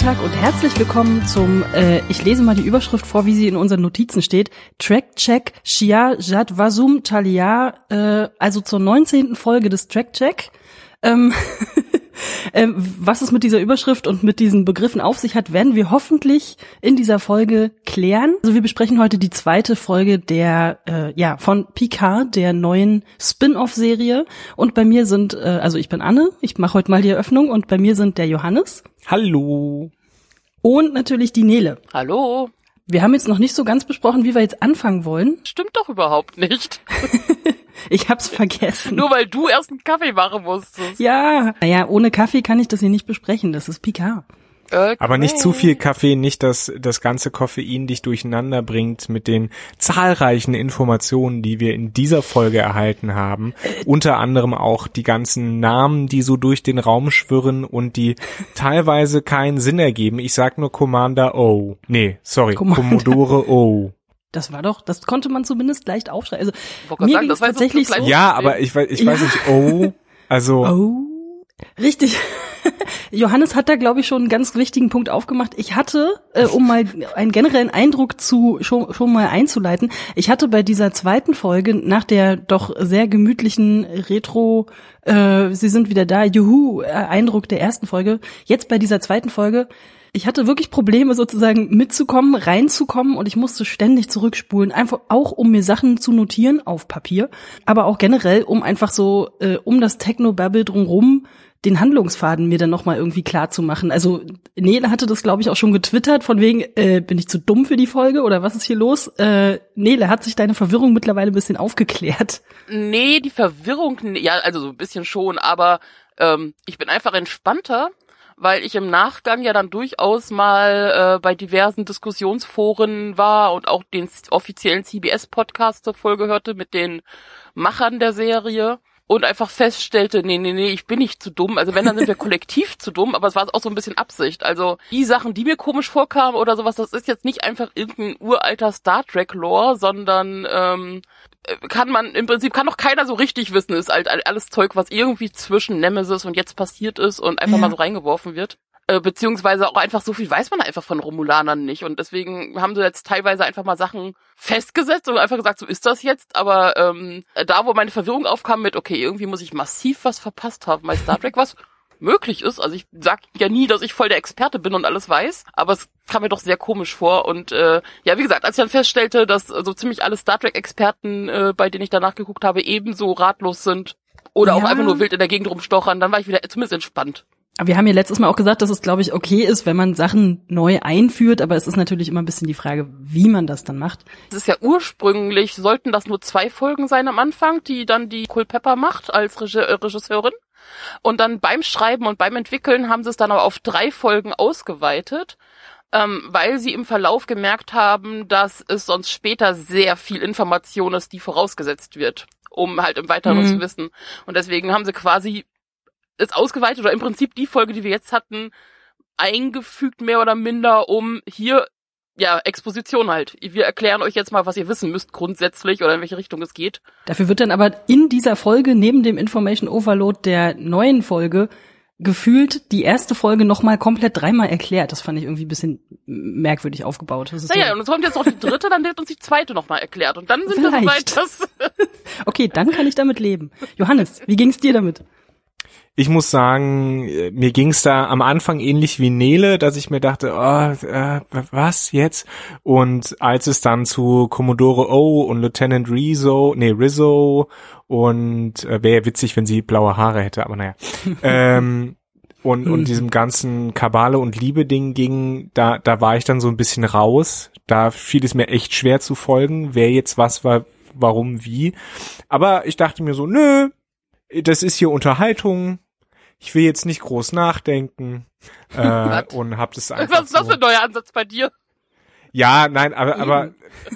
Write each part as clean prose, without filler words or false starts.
Tag und herzlich willkommen zum, ich lese mal die Überschrift vor, wie sie in unseren Notizen steht, Track-Check Shia Jad Wasum Talia, also zur 19. Folge des Track-Check. Was es mit dieser Überschrift und mit diesen Begriffen auf sich hat, werden wir hoffentlich in dieser Folge klären. Also wir besprechen heute die zweite Folge der von Picard, der neuen Spin-off-Serie. Und bei mir sind, also ich bin Anne, ich mache heute mal die Eröffnung und bei mir sind der Johannes. Hallo. Und natürlich die Nele. Hallo. Wir haben jetzt noch nicht so ganz besprochen, wie wir jetzt anfangen wollen. Stimmt doch überhaupt nicht. Ich hab's vergessen. Nur weil du erst einen Kaffee machen musstest. Ja. Naja, ohne Kaffee kann ich das hier nicht besprechen. Das ist Picard. Okay. Aber nicht zu viel Kaffee, nicht, dass das ganze Koffein dich durcheinander bringt mit den zahlreichen Informationen, die wir in dieser Folge erhalten haben. Unter anderem auch die ganzen Namen, die so durch den Raum schwirren und die teilweise keinen Sinn ergeben. Ich sag nur Commander O. Nee, sorry, Commodore O. Das konnte man zumindest leicht aufschreiben. Also mir ging es tatsächlich so. Ja, aber ich weiß nicht, O, also. Oh, richtig. Johannes hat da, glaube ich, schon einen ganz wichtigen Punkt aufgemacht. Ich hatte, um mal einen generellen Eindruck schon mal einzuleiten, ich hatte bei dieser zweiten Folge nach der doch sehr gemütlichen Retro, sie sind wieder da, Eindruck der ersten Folge, jetzt bei dieser zweiten Folge, ich hatte wirklich Probleme sozusagen mitzukommen, reinzukommen und ich musste ständig zurückspulen, einfach auch um mir Sachen zu notieren auf Papier, aber auch generell, um einfach so um das Technobabble drumrum den Handlungsfaden mir dann nochmal irgendwie klar zu machen. Also Nele hatte das, glaube ich, auch schon getwittert, von wegen, bin ich zu dumm für die Folge oder was ist hier los? Nele, hat sich deine Verwirrung mittlerweile ein bisschen aufgeklärt? Nee, die Verwirrung, ja, also so ein bisschen schon, aber ich bin einfach entspannter, weil ich im Nachgang ja dann durchaus mal bei diversen Diskussionsforen war und auch den offiziellen CBS-Podcast zur Folge hörte mit den Machern der Serie. Und einfach feststellte, nee, ich bin nicht zu dumm. Also wenn, dann sind wir kollektiv zu dumm, aber es war auch so ein bisschen Absicht. Also die Sachen, die mir komisch vorkamen oder sowas, das ist jetzt nicht einfach irgendein uralter Star Trek-Lore, sondern kann doch keiner so richtig wissen. Ist halt alles Zeug, was irgendwie zwischen Nemesis und jetzt passiert ist und einfach mal so reingeworfen wird. Beziehungsweise auch einfach so viel weiß man einfach von Romulanern nicht und deswegen haben sie jetzt teilweise einfach mal Sachen festgesetzt und einfach gesagt, so ist das jetzt, aber da, wo meine Verwirrung aufkam mit, okay, irgendwie muss ich massiv was verpasst haben bei Star Trek, was möglich ist, also ich sag ja nie, dass ich voll der Experte bin und alles weiß, aber es kam mir doch sehr komisch vor und ja, wie gesagt, als ich dann feststellte, dass so ziemlich alle Star Trek-Experten, bei denen ich danach geguckt habe, ebenso ratlos sind oder auch einfach nur wild in der Gegend rumstochern, dann war ich wieder zumindest entspannt. Aber wir haben ja letztes Mal auch gesagt, dass es, glaube ich, okay ist, wenn man Sachen neu einführt, aber es ist natürlich immer ein bisschen die Frage, wie man das dann macht. Es ist ja ursprünglich, sollten das nur 2 Folgen sein am Anfang, die dann die Culpepper macht als Regisseurin. Und dann beim Schreiben und beim Entwickeln haben sie es dann aber auf 3 Folgen ausgeweitet, weil sie im Verlauf gemerkt haben, dass es sonst später sehr viel Information ist, die vorausgesetzt wird, um halt im Weiteren zu wissen. Und deswegen haben sie quasi ist ausgeweitet oder im Prinzip die Folge, die wir jetzt hatten, eingefügt mehr oder minder, um hier, ja, Exposition halt. Wir erklären euch jetzt mal, was ihr wissen müsst grundsätzlich oder in welche Richtung es geht. Dafür wird dann aber in dieser Folge, neben dem Information Overload der neuen Folge, gefühlt die erste Folge nochmal komplett 3-mal erklärt. Das fand ich irgendwie ein bisschen merkwürdig aufgebaut. Das ist naja, und es kommt jetzt noch die 3., dann wird uns die 2. nochmal erklärt. Und dann sind wir soweit, dass... Okay, dann kann ich damit leben. Johannes, wie ging's dir damit? Ich muss sagen, mir ging's da am Anfang ähnlich wie Nele, dass ich mir dachte, was jetzt? Und als es dann zu Commodore O und Lieutenant Rizzo und wäre witzig, wenn sie blaue Haare hätte, aber naja. Und diesem ganzen Kabale und Liebe-Ding ging, da war ich dann so ein bisschen raus. Da fiel es mir echt schwer zu folgen, wer jetzt was war, warum, wie. Aber ich dachte mir so, nö, das ist hier Unterhaltung. Ich will jetzt nicht groß nachdenken und hab das einfach Was ist das für ein neuer Ansatz bei dir? Ja, nein, aber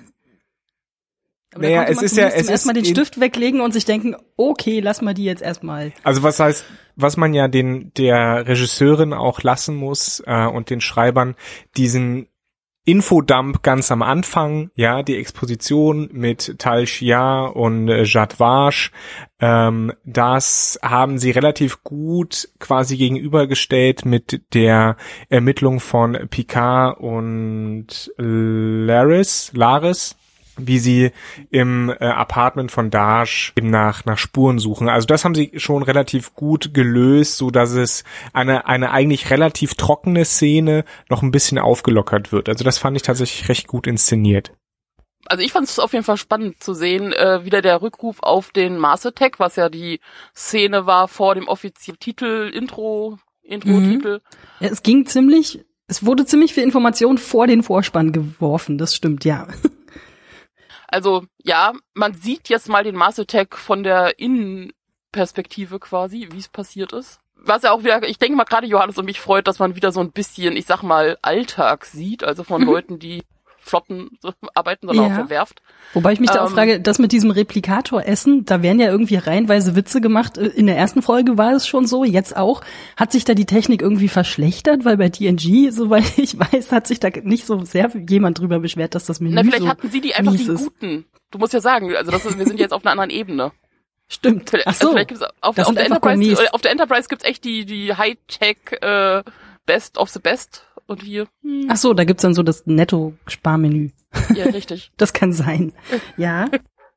naja, es ist ja, es ist erstmal den Stift weglegen und sich denken, okay, lass mal die jetzt erstmal. Also was man ja der Regisseurin auch lassen muss und den Schreibern, diesen Infodump ganz am Anfang, ja, die Exposition mit Tal Shiar und Jad Vash, das haben sie relativ gut quasi gegenübergestellt mit der Ermittlung von Picard und Laris, wie sie im Apartment von Dash eben nach Spuren suchen. Also das haben sie schon relativ gut gelöst, so dass es eine eigentlich relativ trockene Szene noch ein bisschen aufgelockert wird. Also das fand ich tatsächlich recht gut inszeniert. Also ich fand es auf jeden Fall spannend zu sehen, wieder der Rückruf auf den Mars Attack, was ja die Szene war vor dem offiziellen Titel, Intro-Titel. Ja, es wurde ziemlich viel Information vor den Vorspann geworfen, das stimmt, ja. Also, ja, man sieht jetzt mal den Mars Attack von der Innenperspektive quasi, wie es passiert ist. Was ja auch wieder, ich denke mal gerade Johannes und mich freut, dass man wieder so ein bisschen, ich sag mal, Alltag sieht, also von Leuten, die Flotten arbeiten, sondern auch verwerft. Wobei ich mich da auch frage, das mit diesem Replikator-Essen, da werden ja irgendwie reihenweise Witze gemacht. In der ersten Folge war es schon so, jetzt auch. Hat sich da die Technik irgendwie verschlechtert? Weil bei TNG, soweit ich weiß, hat sich da nicht so sehr jemand drüber beschwert, dass das Menü so vielleicht hatten sie die einfach die Guten. Du musst ja sagen, also wir sind jetzt auf einer anderen Ebene. Stimmt. Ach so. Vielleicht gibt's auf der Enterprise gibt's echt die Hightech Best of the Best. Und hier. Ach so, da gibt's dann so das Netto-Sparmenü. Ja, richtig. Das kann sein. Ja.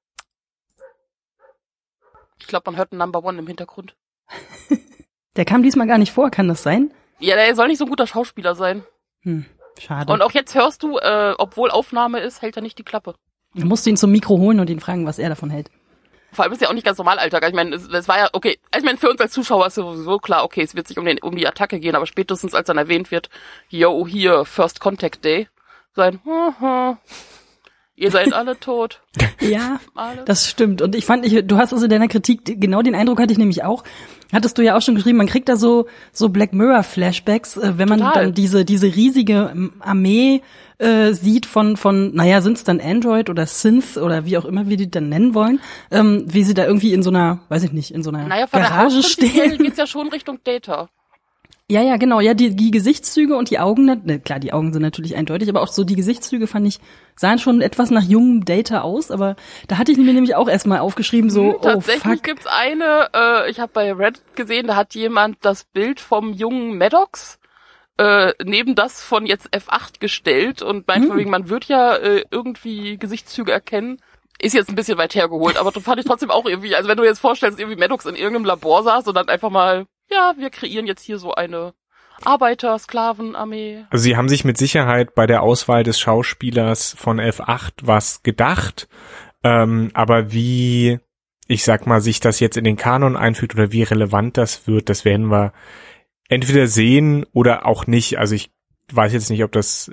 Ich glaube, man hört einen Number One im Hintergrund. Der kam diesmal gar nicht vor, kann das sein? Ja, der soll nicht so ein guter Schauspieler sein. Schade. Und auch jetzt hörst du, obwohl Aufnahme ist, hält er nicht die Klappe. Du musst ihn zum Mikro holen und ihn fragen, was er davon hält. Vor allem ist ja auch nicht ganz normal Alltag. Ich meine, das war ja, okay, ich meine, für uns als Zuschauer ist sowieso klar, okay, es wird sich um die Attacke gehen, aber spätestens als dann erwähnt wird, yo, hier, First Contact Day, sein, ihr seid alle tot. Ja, das stimmt. Und ich fand, du hast also in deiner Kritik, genau den Eindruck hatte ich nämlich auch, hattest du ja auch schon geschrieben, man kriegt da so Black Mirror Flashbacks, wenn man dann diese riesige Armee sieht von, naja, sind's dann Android oder Synth oder wie auch immer wir die dann nennen wollen, wie sie da irgendwie in so einer, weiß ich nicht, in so einer Garage stehen. Geht's ja schon Richtung Data. Ja, genau, ja, die Gesichtszüge und die Augen, klar, die Augen sind natürlich eindeutig, aber auch so die Gesichtszüge sahen schon etwas nach jungem Data aus, aber da hatte ich mir nämlich auch erstmal aufgeschrieben, so, tatsächlich gibt's eine, ich habe bei Reddit gesehen, da hat jemand das Bild vom jungen Maddox neben das von jetzt F8 gestellt und meint von wegen, man wird ja irgendwie Gesichtszüge erkennen. Ist jetzt ein bisschen weit hergeholt, aber das fand ich trotzdem auch irgendwie, also wenn du jetzt vorstellst, irgendwie Maddox in irgendeinem Labor saß und dann einfach mal, ja, wir kreieren jetzt hier so eine Arbeiter-Sklaven-Armee. Also sie haben sich mit Sicherheit bei der Auswahl des Schauspielers von F8 was gedacht, aber wie, ich sag mal, sich das jetzt in den Kanon einfügt oder wie relevant das wird, das werden wir entweder sehen oder auch nicht. Also ich weiß jetzt nicht, ob das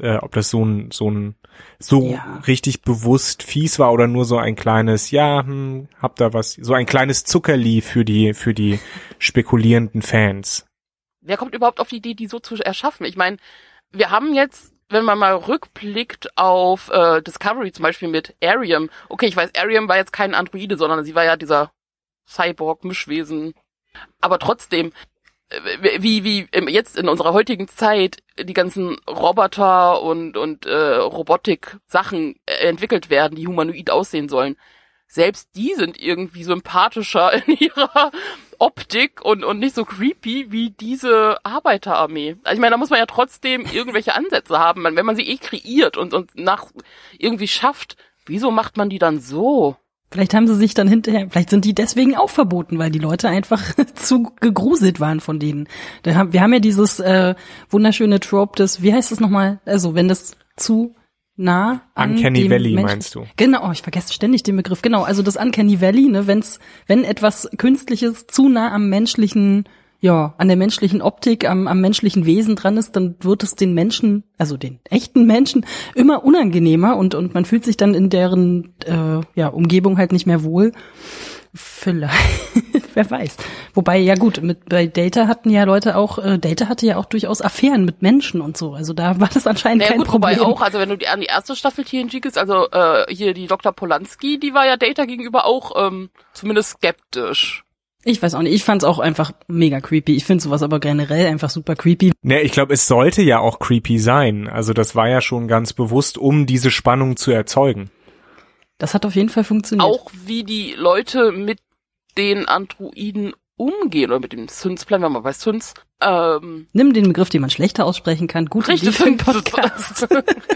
so richtig bewusst fies war oder nur so ein kleines, habt da was, so ein kleines Zuckerli für die spekulierenden Fans. Wer kommt überhaupt auf die Idee, die so zu erschaffen? Ich meine, wir haben jetzt, wenn man mal rückblickt auf Discovery zum Beispiel mit Ariam. Okay, ich weiß, Ariam war jetzt kein Androide, sondern sie war ja dieser Cyborg-Mischwesen. Aber trotzdem, wie jetzt in unserer heutigen Zeit die ganzen Roboter und Robotik-Sachen entwickelt werden, die humanoid aussehen sollen. Selbst die sind irgendwie sympathischer in ihrer Optik und nicht so creepy wie diese Arbeiterarmee. Also ich meine, da muss man ja trotzdem irgendwelche Ansätze haben. Wenn man sie kreiert und nach irgendwie schafft, wieso macht man die dann so? Vielleicht haben sie sich dann vielleicht sind die deswegen auch verboten, weil die Leute einfach zu gegruselt waren von denen. Wir haben ja dieses wunderschöne Trope des, wie heißt es nochmal? Also wenn das zu nah an Uncanny Valley meinst du? Genau, ich vergesse ständig den Begriff. Genau, also das Uncanny Valley, ne, wenn etwas Künstliches zu nah am menschlichen, an der menschlichen Optik, am menschlichen Wesen dran ist, dann wird es den Menschen, also den echten Menschen, immer unangenehmer und man fühlt sich dann in deren Umgebung halt nicht mehr wohl. Vielleicht, wer weiß. Wobei, ja gut, bei Data hatten ja Leute auch, Data hatte ja auch durchaus Affären mit Menschen und so, also da war das anscheinend kein Problem. Wobei auch, also wenn du an die erste Staffel TNG gehst, also hier die Dr. Polanski, die war ja Data gegenüber auch zumindest skeptisch. Ich weiß auch nicht, ich fand's auch einfach mega creepy. Ich finde sowas aber generell einfach super creepy. Ne, ich glaube, es sollte ja auch creepy sein. Also das war ja schon ganz bewusst, um diese Spannung zu erzeugen. Das hat auf jeden Fall funktioniert. Auch wie die Leute mit den Androiden umgehen, oder mit dem Synths, bleiben wir mal bei Synths. Nimm den Begriff, den man schlechter aussprechen kann. Gute Idee für den Podcast.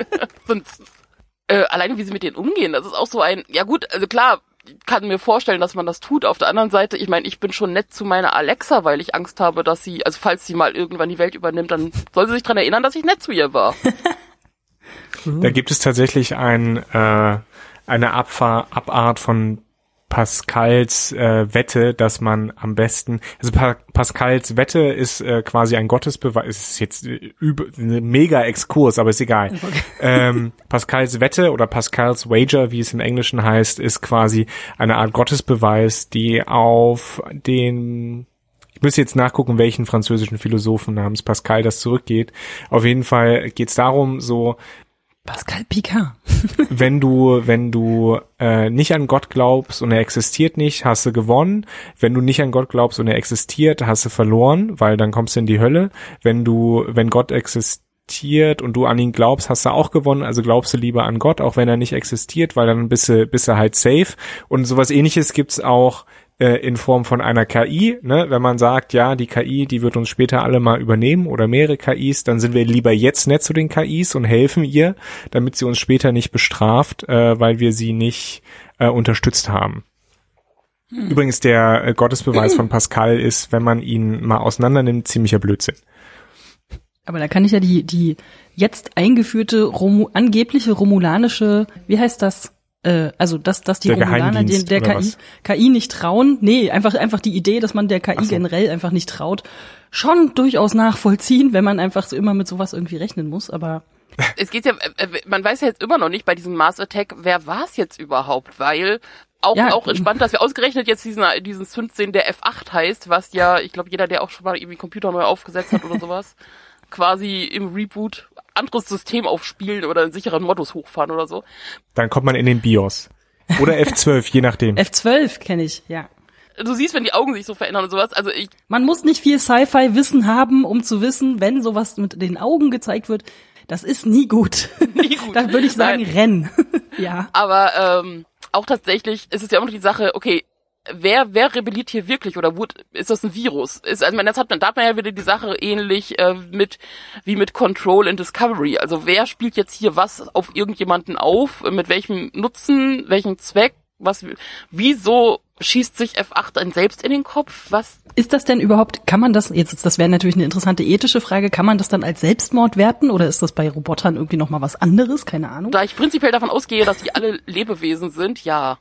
Alleine wie sie mit denen umgehen, das ist auch so ein, ja gut, also klar, ich kann mir vorstellen, dass man das tut. Auf der anderen Seite, ich meine, ich bin schon nett zu meiner Alexa, weil ich Angst habe, dass sie, also falls sie mal irgendwann die Welt übernimmt, dann soll sie sich dran erinnern, dass ich nett zu ihr war. Da gibt es tatsächlich eine Abart von Pascals Wette, dass man am besten, also Pascals Wette ist quasi ein Gottesbeweis, ist jetzt ein mega Exkurs, aber ist egal. Okay. Pascals Wette oder Pascals Wager, wie es im Englischen heißt, ist quasi eine Art Gottesbeweis, die auf den, ich muss jetzt nachgucken, welchen französischen Philosophen namens Pascal das zurückgeht. Auf jeden Fall geht es darum, so Pascal Picard. wenn du nicht an Gott glaubst und er existiert nicht, hast du gewonnen. Wenn du nicht an Gott glaubst und er existiert, hast du verloren, weil dann kommst du in die Hölle. Wenn Gott existiert und du an ihn glaubst, hast du auch gewonnen. Also glaubst du lieber an Gott, auch wenn er nicht existiert, weil dann bist du halt safe. Und sowas Ähnliches gibt's auch in Form von einer KI, ne? Wenn man sagt, ja, die KI, die wird uns später alle mal übernehmen oder mehrere KIs, dann sind wir lieber jetzt nett zu den KIs und helfen ihr, damit sie uns später nicht bestraft, weil wir sie nicht unterstützt haben. Übrigens, der Gottesbeweis von Pascal ist, wenn man ihn mal auseinander nimmt, ziemlicher Blödsinn. Aber da kann ich ja die jetzt eingeführte angebliche romulanische, wie heißt das? Also dass die der Romulaner der KI nicht trauen. Nee, einfach die Idee, dass man der KI generell einfach nicht traut, schon durchaus nachvollziehen, wenn man einfach so immer mit sowas irgendwie rechnen muss, aber es geht ja, man weiß ja jetzt immer noch nicht bei diesem Mars Attack, wer war es jetzt überhaupt, weil auch entspannt, dass wir ausgerechnet jetzt diesen Synth sehen, der F8 heißt, was ja, ich glaube, jeder, der auch schon mal irgendwie Computer neu aufgesetzt hat oder sowas, quasi im Reboot anderes System aufspielen oder einen sicheren Modus hochfahren oder so. Dann kommt man in den BIOS. Oder F12, je nachdem. F12 kenne ich, ja. Du siehst, wenn die Augen sich so verändern und sowas. Also man muss nicht viel Sci-Fi-Wissen haben, um zu wissen, wenn sowas mit den Augen gezeigt wird, das ist nie gut. Nie gut. Dann würde ich sagen, renn. Ja. Aber auch tatsächlich ist es ja immer noch die Sache, okay, wer rebelliert hier wirklich oder ist das ein Virus? Da hat man ja wieder die Sache ähnlich wie mit Control in Discovery. Also wer spielt jetzt hier was auf irgendjemanden auf? Mit welchem Nutzen, welchem Zweck? Wieso schießt sich F8 dann selbst in den Kopf? Was? Ist das denn überhaupt, kann man das, das wäre natürlich eine interessante ethische Frage, kann man das dann als Selbstmord werten oder ist das bei Robotern irgendwie nochmal was anderes? Keine Ahnung. Da ich prinzipiell davon ausgehe, dass die alle Lebewesen sind, ja.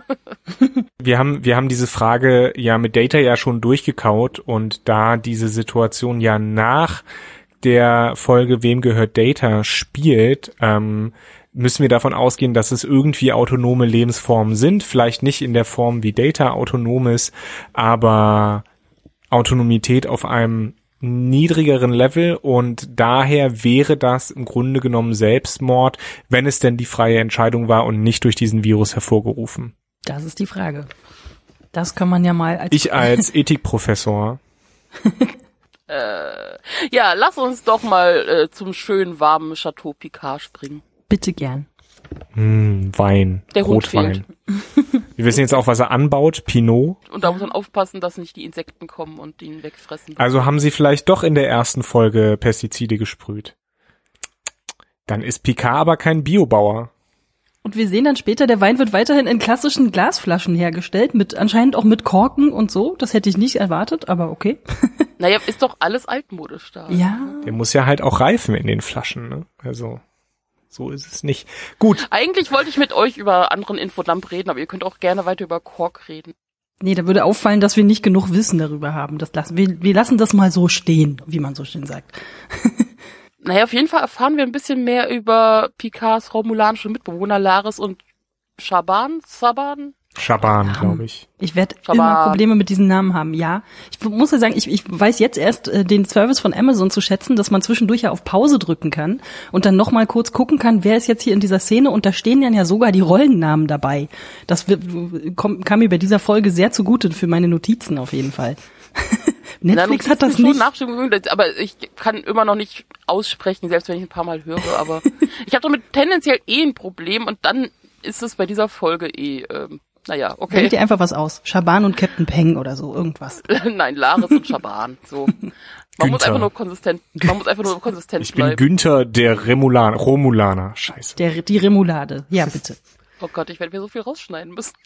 Wir haben diese Frage ja mit Data ja schon durchgekaut und da diese Situation ja nach der Folge Wem gehört Data spielt, müssen wir davon ausgehen, dass es irgendwie autonome Lebensformen sind. Vielleicht nicht in der Form, wie Data autonom ist, aber Autonomität auf einem niedrigeren Level und daher wäre das im Grunde genommen Selbstmord, wenn es denn die freie Entscheidung war und nicht durch diesen Virus hervorgerufen. Das ist die Frage. Das kann man ja mal als Ethikprofessor. Ja, lass uns doch mal zum schönen warmen Chateau Picard springen. Bitte gern. Wein. Der Hut Rotwein. Wir wissen jetzt auch, was er anbaut. Pinot. Und da muss man aufpassen, dass nicht die Insekten kommen und ihn wegfressen. Also haben sie vielleicht doch in der ersten Folge Pestizide gesprüht. Dann ist Picard aber kein Biobauer. Und wir sehen dann später, der Wein wird weiterhin in klassischen Glasflaschen hergestellt, anscheinend auch mit Korken und so. Das hätte ich nicht erwartet, aber okay. Naja, ist doch alles altmodisch da. Ja. Der muss ja halt auch reifen in den Flaschen, ne? Also, so ist es nicht. Gut. Eigentlich wollte ich mit euch über anderen Infodump reden, aber ihr könnt auch gerne weiter über Kork reden. Nee, da würde auffallen, dass wir nicht genug Wissen darüber haben. Wir lassen das mal so stehen, wie man so schön sagt. Naja, auf jeden Fall erfahren wir ein bisschen mehr über Picards romulanische Mitbewohner Laris und Saban. Shaban, glaube ich. Ich werde immer Probleme mit diesen Namen haben, ja. Ich muss ja sagen, ich weiß jetzt erst den Service von Amazon zu schätzen, dass man zwischendurch ja auf Pause drücken kann und dann nochmal kurz gucken kann, wer ist jetzt hier in dieser Szene, und da stehen dann ja sogar die Rollennamen dabei. Das kam mir bei dieser Folge sehr zugute für meine Notizen auf jeden Fall. Netflix hat das nicht. Aber ich kann immer noch nicht aussprechen, selbst wenn ich ein paar Mal höre, aber ich habe damit tendenziell ein Problem, und dann ist es bei dieser Folge naja, okay. Denkt ihr einfach was aus. Shaban und Captain Peng oder so, irgendwas. Nein, Laris und Shaban, so. Man muss einfach nur konsistent bleiben. Ich bin Günther, der Romulaner. Scheiße. Die Remoulade. Ja, bitte. Oh Gott, ich werde mir so viel rausschneiden müssen.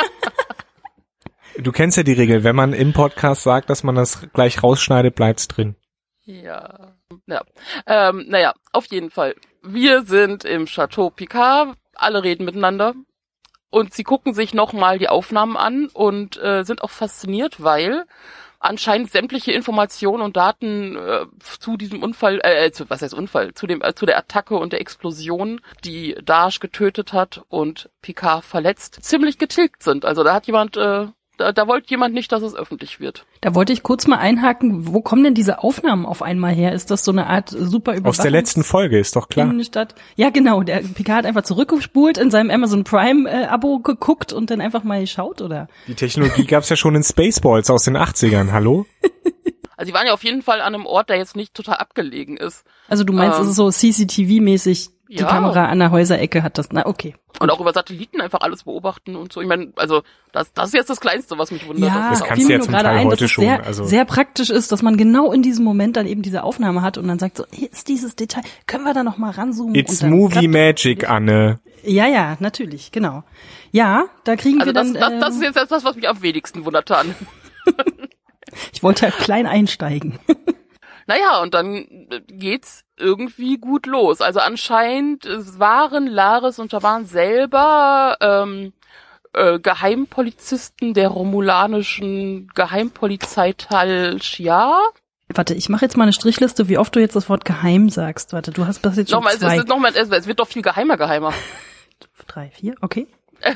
Du kennst ja die Regel, wenn man im Podcast sagt, dass man das gleich rausschneidet, bleibt's drin. Ja. Naja, auf jeden Fall. Wir sind im Chateau Picard, alle reden miteinander. Und sie gucken sich nochmal die Aufnahmen an und sind auch fasziniert, weil anscheinend sämtliche Informationen und Daten zu diesem Unfall, zu der Attacke und der Explosion, die Dash getötet hat und Picard verletzt, ziemlich getilgt sind. Also da hat jemand, da wollte jemand nicht, dass es öffentlich wird. Da wollte ich kurz mal einhaken, wo kommen denn diese Aufnahmen auf einmal her? Ist das so eine Art super Überwachung? Aus der letzten Folge, ist doch klar. Ja, genau. Der Picard hat einfach zurückgespult, in seinem Amazon Prime Abo geguckt und dann einfach mal geschaut, oder? Die Technologie gab's ja schon in Spaceballs aus den 80ern, hallo? Also die waren ja auf jeden Fall an einem Ort, der jetzt nicht total abgelegen ist. Also du meinst, es ist so CCTV-mäßig, die Kamera an der Häuserecke hat das, na okay. Und auch über Satelliten einfach alles beobachten und so. Ich meine, also das ist jetzt das Kleinste, was mich wundert. Ja, das kannst du ja zum Teil heute schon. Sehr praktisch ist, dass man genau in diesem Moment dann eben diese Aufnahme hat und dann sagt so, hier ist dieses Detail, können wir da noch mal ranzoomen? It's Movie Magic, Anne. Ja, natürlich, genau. Ja, da kriegen wir dann... Das ist jetzt das, was mich am wenigsten wundert an. Ich wollte ja klein einsteigen. Naja, und dann geht's irgendwie gut los. Also anscheinend waren Laris und Shaban selber Geheimpolizisten der romulanischen Geheimpolizei Tal Shiar. Warte, ich mache jetzt mal eine Strichliste, wie oft du jetzt das Wort geheim sagst. Warte, du hast das jetzt schon zwei. Es wird doch viel geheimer. 3, 4, okay.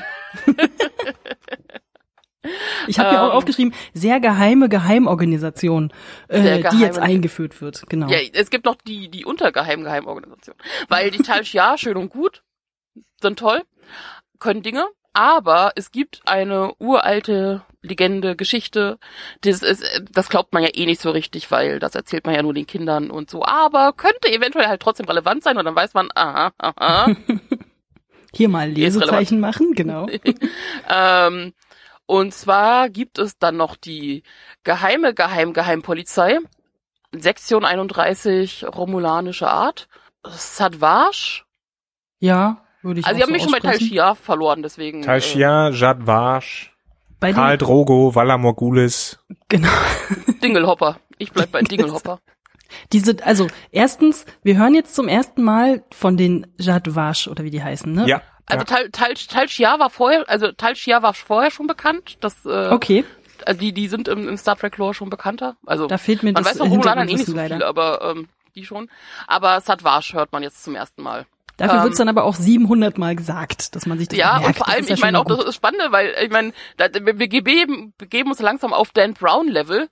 Ich habe mir auch aufgeschrieben, sehr geheime Geheimorganisation, die jetzt eingeführt wird. Genau. Ja, es gibt noch die Untergeheimorganisation. Weil die Tal Shiar, schön und gut, sind toll, können Dinge, aber es gibt eine uralte Legende, Geschichte, das glaubt man ja eh nicht so richtig, weil das erzählt man ja nur den Kindern und so, aber könnte eventuell halt trotzdem relevant sein und dann weiß man, aha. Hier mal Lesezeichen machen, genau. Und zwar gibt es dann noch die Geheimpolizei, Sektion 31, romulanische Art, Sadvash. Ja, würde ich also auch sie haben so mich schon bei Tal Shiar verloren, deswegen. Tal Shiar, Jadvash, Khal Drogo, Vala Morgulis. Genau. Dingelhopper. Ich bleib bei Dingelhopper. Also erstens, wir hören jetzt zum ersten Mal von den Jadvash oder wie die heißen, ne? Ja. Also Tal Shiar war vorher schon bekannt. Okay. Also die sind im Star Trek Lore schon bekannter. Also da fehlt mir man das weiß von Romulanern nicht so leider viel, aber die schon. Aber Sadvash hört man jetzt zum ersten Mal. Dafür wird's dann aber auch 700 Mal gesagt, dass man sich das merkt. Und vor allem, ich meine auch, das ist spannend, weil ich meine, wir begeben uns langsam auf Dan Brown Level,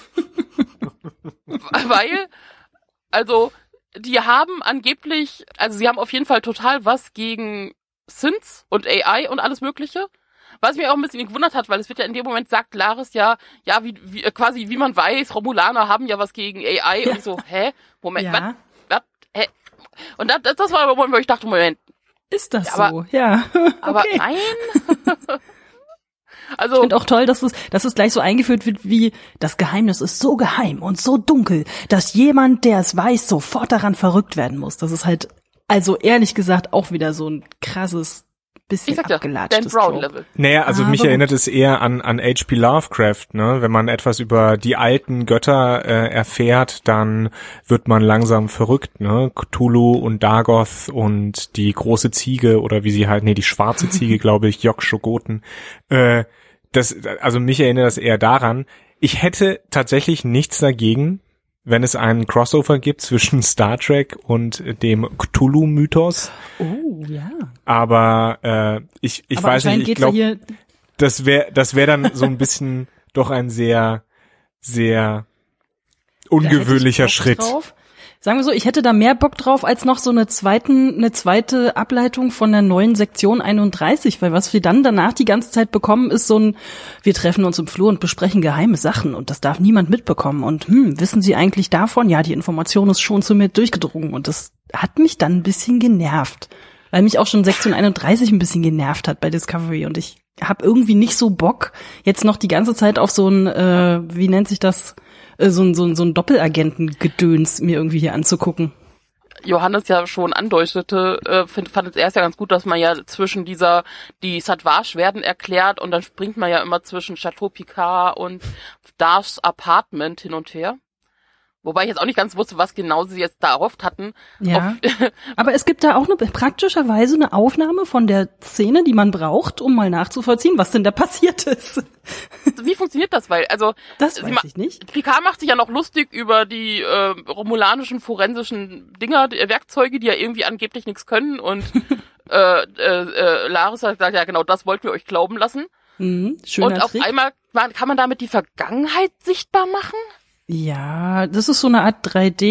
weil also die haben angeblich, also sie haben auf jeden Fall total was gegen Synths und AI und alles Mögliche. Was mich auch ein bisschen gewundert hat, weil es wird ja in dem Moment sagt Laris wie man weiß, Romulaner haben ja was gegen AI und so, Moment, was, hä? Und das war der Moment, wo ich dachte, Moment. Ist das so? Ja. Aber okay. Nein. Also ich finde auch toll, dass es gleich so eingeführt wird wie, das Geheimnis ist so geheim und so dunkel, dass jemand, der es weiß, sofort daran verrückt werden muss. Das ist halt, also ehrlich gesagt, auch wieder so ein krasses, bisschen abgelatschtes Dan Brown Level. Naja, also mich erinnert es eher an H.P. Lovecraft, ne? Wenn man etwas über die alten Götter erfährt, dann wird man langsam verrückt, ne? Cthulhu und Dagoth und die große Ziege oder wie sie halt, die schwarze Ziege, glaube ich, Yog-Sothoth. Also mich erinnert das eher daran. Ich hätte tatsächlich nichts dagegen, wenn es einen Crossover gibt zwischen Star Trek und dem Cthulhu-Mythos. Oh, ja. Aber ich weiß nicht, ich glaube, das wär dann so ein bisschen doch ein sehr, sehr ungewöhnlicher Schritt. Drauf. Sagen wir so, ich hätte da mehr Bock drauf als noch so eine zweite Ableitung von der neuen Sektion 31, weil was wir dann danach die ganze Zeit bekommen, ist so ein, wir treffen uns im Flur und besprechen geheime Sachen und das darf niemand mitbekommen und wissen Sie eigentlich davon? Ja, die Information ist schon zu mir durchgedrungen und das hat mich dann ein bisschen genervt, weil mich auch schon Sektion 31 ein bisschen genervt hat bei Discovery und ich habe irgendwie nicht so Bock, jetzt noch die ganze Zeit auf so ein, wie nennt sich das, so ein Doppelagentengedöns mir irgendwie hier anzugucken. Johannes ja schon andeutete, fand es erst ja ganz gut, dass man ja zwischen die Satvash werden erklärt und dann springt man ja immer zwischen Chateau Picard und Dashs Apartment hin und her. Wobei ich jetzt auch nicht ganz wusste, was genau sie jetzt da erhofft hatten. Ja, aber es gibt da auch praktischerweise eine Aufnahme von der Szene, die man braucht, um mal nachzuvollziehen, was denn da passiert ist. Wie funktioniert das? Weil, also das weiß ich nicht. Picard macht sich ja noch lustig über die romulanischen forensischen Dinger, Werkzeuge, die ja irgendwie angeblich nichts können und Laris sagt, ja genau, das wollten wir euch glauben lassen. Schöner und auf Trick. einmal kann man damit die Vergangenheit sichtbar machen? Ja, das ist so eine Art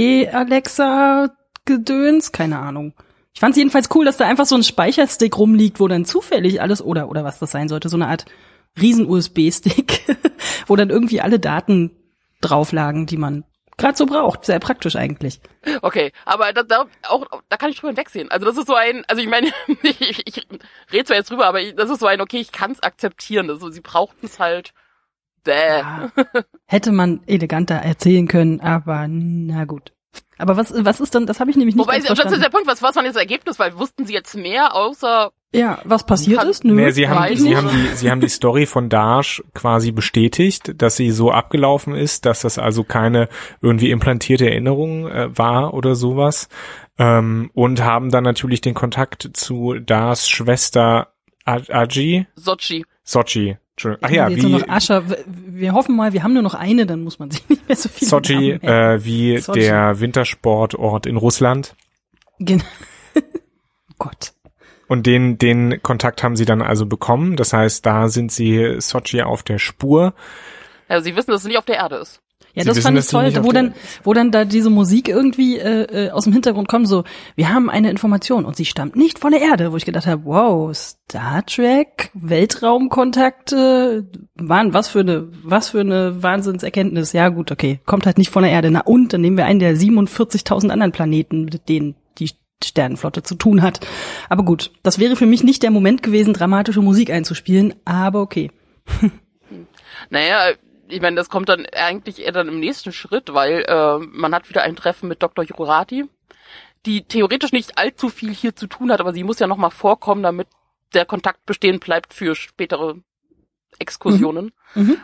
3D-Alexa-Gedöns, keine Ahnung. Ich fand es jedenfalls cool, dass da einfach so ein Speicherstick rumliegt, wo dann zufällig alles, oder was das sein sollte, so eine Art Riesen-USB-Stick, wo dann irgendwie alle Daten drauf lagen, die man gerade so braucht. Sehr praktisch eigentlich. Okay, aber da kann ich drüber hinwegsehen. Also das ist so ein, also ich meine, ich rede zwar jetzt drüber, aber das ist so ein, okay, ich kann es akzeptieren. Also sie brauchten es halt. Ja, hätte man eleganter erzählen können, aber na gut. Aber was ist dann, das habe ich nämlich nicht ganz verstanden. Das ist der Punkt, was war jetzt das Ergebnis? Weil wussten sie jetzt mehr, außer... Ja, was passiert ist? Nö, nee, sie haben die Story von Dash quasi bestätigt, dass sie so abgelaufen ist, dass das also keine irgendwie implantierte Erinnerung war oder sowas. Und haben dann natürlich den Kontakt zu Dashs Schwester Aji? Sochi. Ach ja, wie noch Ascha, wir hoffen mal, wir haben nur noch eine, dann muss man sich nicht mehr so viel Sochi, wie Sochi. Der Wintersportort in Russland. Genau. Oh Gott. Und den Kontakt haben sie dann also bekommen. Das heißt, da sind sie Sochi auf der Spur. Also sie wissen, dass es nicht auf der Erde ist. Ja, das fand ich toll, wo dann da diese Musik irgendwie aus dem Hintergrund kommt, so, wir haben eine Information und sie stammt nicht von der Erde, wo ich gedacht habe, wow, Star Trek, Weltraumkontakte, was für eine Wahnsinnserkenntnis. Ja gut, okay, kommt halt nicht von der Erde. Na und, dann nehmen wir einen der 47.000 anderen Planeten, mit denen die Sternenflotte zu tun hat. Aber gut, das wäre für mich nicht der Moment gewesen, dramatische Musik einzuspielen, aber okay. Naja, ich meine, das kommt dann eigentlich eher dann im nächsten Schritt, weil man hat wieder ein Treffen mit Dr. Jurati, die theoretisch nicht allzu viel hier zu tun hat, aber sie muss ja nochmal vorkommen, damit der Kontakt bestehen bleibt für spätere Exkursionen.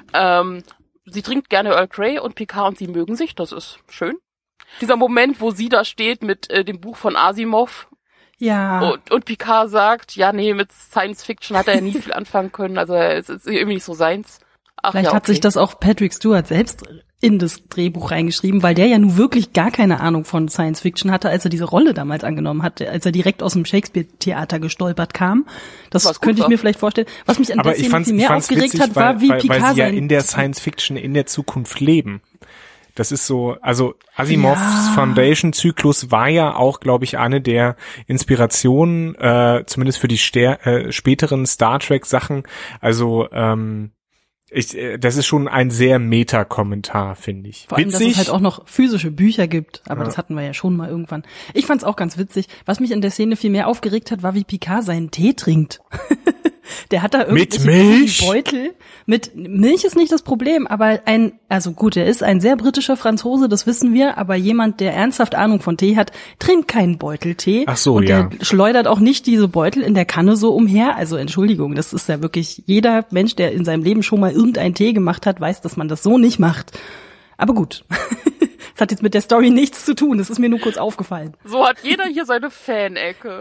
Sie trinkt gerne Earl Grey und Picard und sie mögen sich, das ist schön. Dieser Moment, wo sie da steht mit dem Buch von Asimov. Ja. Und Picard sagt, ja, nee, mit Science Fiction hat er ja nie viel anfangen können, also es ist irgendwie nicht so seins. Ach, vielleicht ja, okay. Hat sich das auch Patrick Stewart selbst in das Drehbuch reingeschrieben, weil der ja nun wirklich gar keine Ahnung von Science Fiction hatte, als er diese Rolle damals angenommen hatte, als er direkt aus dem Shakespeare-Theater gestolpert kam. Das könnte ich mir vielleicht vorstellen. Was mich an der Szene viel mehr aufgeregt witzig, hat, war, wie Picard weil sie ja in der Science Fiction in der Zukunft leben. Das ist so, also Asimovs Foundation-Zyklus war ja auch, glaube ich, eine der Inspirationen, zumindest für die späteren Star Trek-Sachen. Also das ist schon ein sehr Meta-Kommentar, finde ich. Vor allem, witzig. Dass es halt auch noch physische Bücher gibt, aber das hatten wir ja schon mal irgendwann. Ich fand's auch ganz witzig. Was mich in der Szene viel mehr aufgeregt hat, war, wie Picard seinen Tee trinkt. Der hat da irgendwelche Beutel. Mit Milch ist nicht das Problem, aber er ist ein sehr britischer Franzose, das wissen wir, aber jemand, der ernsthaft Ahnung von Tee hat, trinkt keinen Beuteltee. Ach so, und ja. der schleudert auch nicht diese Beutel in der Kanne so umher. Also Entschuldigung, das ist ja wirklich, jeder Mensch, der in seinem Leben schon mal irgendeinen Tee gemacht hat, weiß, dass man das so nicht macht. Aber gut. Das hat jetzt mit der Story nichts zu tun, das ist mir nur kurz aufgefallen. So hat jeder hier seine Fan-Ecke.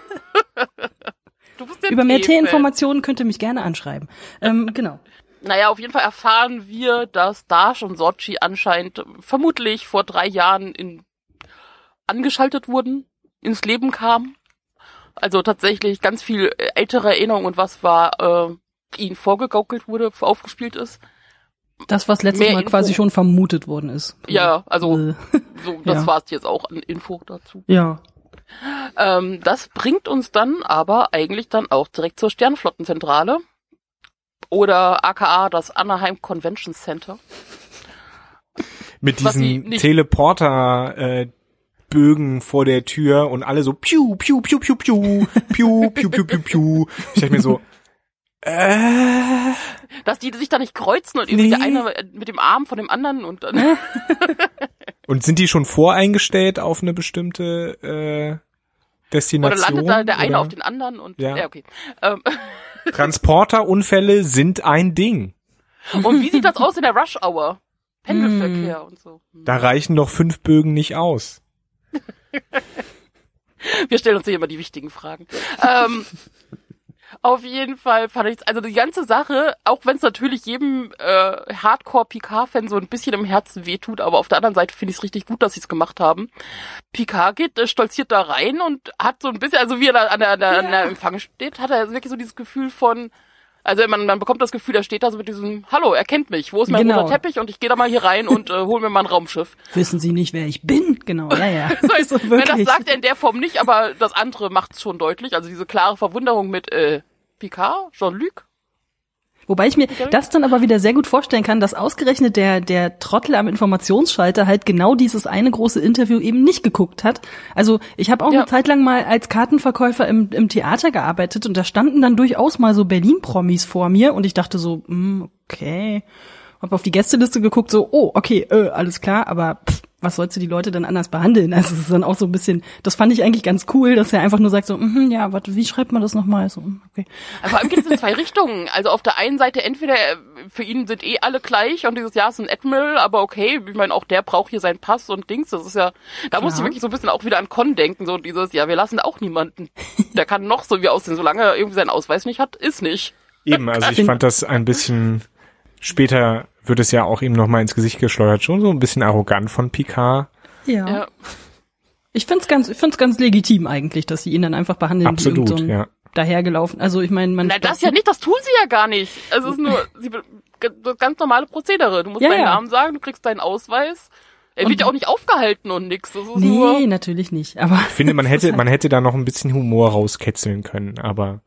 Über mehr Tee-Informationen könnt ihr mich gerne anschreiben. Genau. Naja, auf jeden Fall erfahren wir, dass Dash und Sochi anscheinend vermutlich vor 3 Jahren angeschaltet wurden, ins Leben kamen. Also tatsächlich ganz viel ältere Erinnerungen und was war ihnen vorgegaukelt wurde, aufgespielt ist. Das, was letztes Mal quasi schon vermutet worden ist. Ja, also so, das Ja. war's jetzt auch an Info dazu. Ja. Das bringt uns dann aber eigentlich dann auch direkt zur Sternflottenzentrale oder aka das Anaheim Convention Center. Mit Was sie diesen nicht- Teleporter Bögen vor der Tür und alle so piu, piu, piu, piu, piu, piu, piu, piu, piu, piu. Ich dachte mir so, Dass die sich da nicht kreuzen und irgendwie Nee. der eine mit dem Arm von dem anderen und dann... Und sind die schon voreingestellt auf eine bestimmte Destination? Oder landet da der eine oder? auf den anderen und... Ja. Ja, okay. Transporterunfälle sind ein Ding. Und wie sieht das aus in der Rush Hour? Pendelverkehr und so. Da reichen doch 5 Bögen nicht aus. Wir stellen uns hier immer die wichtigen Fragen. Auf jeden Fall fand ich, also die ganze Sache, auch wenn es natürlich jedem Hardcore-Picard-Fan so ein bisschen im Herzen wehtut, aber auf der anderen Seite finde ich es richtig gut, dass sie es gemacht haben. Picard geht, stolziert da rein und hat so ein bisschen, also wie er da an der Empfang steht, hat er wirklich so dieses Gefühl von, also man bekommt das Gefühl, er steht da so mit diesem, hallo, er kennt mich, wo ist mein Genau. roter Teppich und ich gehe da mal hier rein und hol mir mal ein Raumschiff. Wissen Sie nicht, wer ich bin? Genau, ja. So, Wenn das sagt er in der Form nicht, aber das andere macht es schon deutlich. Also diese klare Verwunderung mit Picard, Jean-Luc. Wobei ich mir das dann aber wieder sehr gut vorstellen kann, dass ausgerechnet der Trottel am Informationsschalter halt genau dieses eine große Interview eben nicht geguckt hat. Also ich habe auch eine Zeit lang mal als Kartenverkäufer im Theater gearbeitet und da standen dann durchaus mal so Berlin-Promis vor mir und ich dachte so, okay, hab auf die Gästeliste geguckt, so, oh, okay, alles klar, aber was sollst du die Leute dann anders behandeln? Also es ist dann auch so ein bisschen, das fand ich eigentlich ganz cool, dass er einfach nur sagt so, ja, warte, wie schreibt man das nochmal? So, okay. Aber vor allem geht es in zwei Richtungen. Also auf der einen Seite entweder für ihn sind alle gleich und dieses Jahr ist ein Admiral, aber okay, ich meine, auch der braucht hier seinen Pass und Dings. Das ist ja, da musste ich wirklich so ein bisschen auch wieder an Con denken, so dieses, ja, wir lassen auch niemanden. Der kann noch so wie aussehen, solange er irgendwie seinen Ausweis nicht hat, ist nicht. Eben, also ich fand das ein bisschen, später wird es ja auch ihm nochmal ins Gesicht geschleudert, schon so ein bisschen arrogant von Picard. Ja. Ich find's ganz legitim eigentlich, dass sie ihn dann einfach behandeln Absolut, wie irgend so ein dahergelaufen. Also ich meine, Na, das ja nicht, das tun sie ja gar nicht. Also es ist nur das ganz normale Prozedere. Du musst deinen Namen sagen, du kriegst deinen Ausweis. Er wird ja auch nicht aufgehalten und nix. Das ist nur natürlich nicht. Aber ich finde, man hätte da noch ein bisschen Humor rauskitzeln können, aber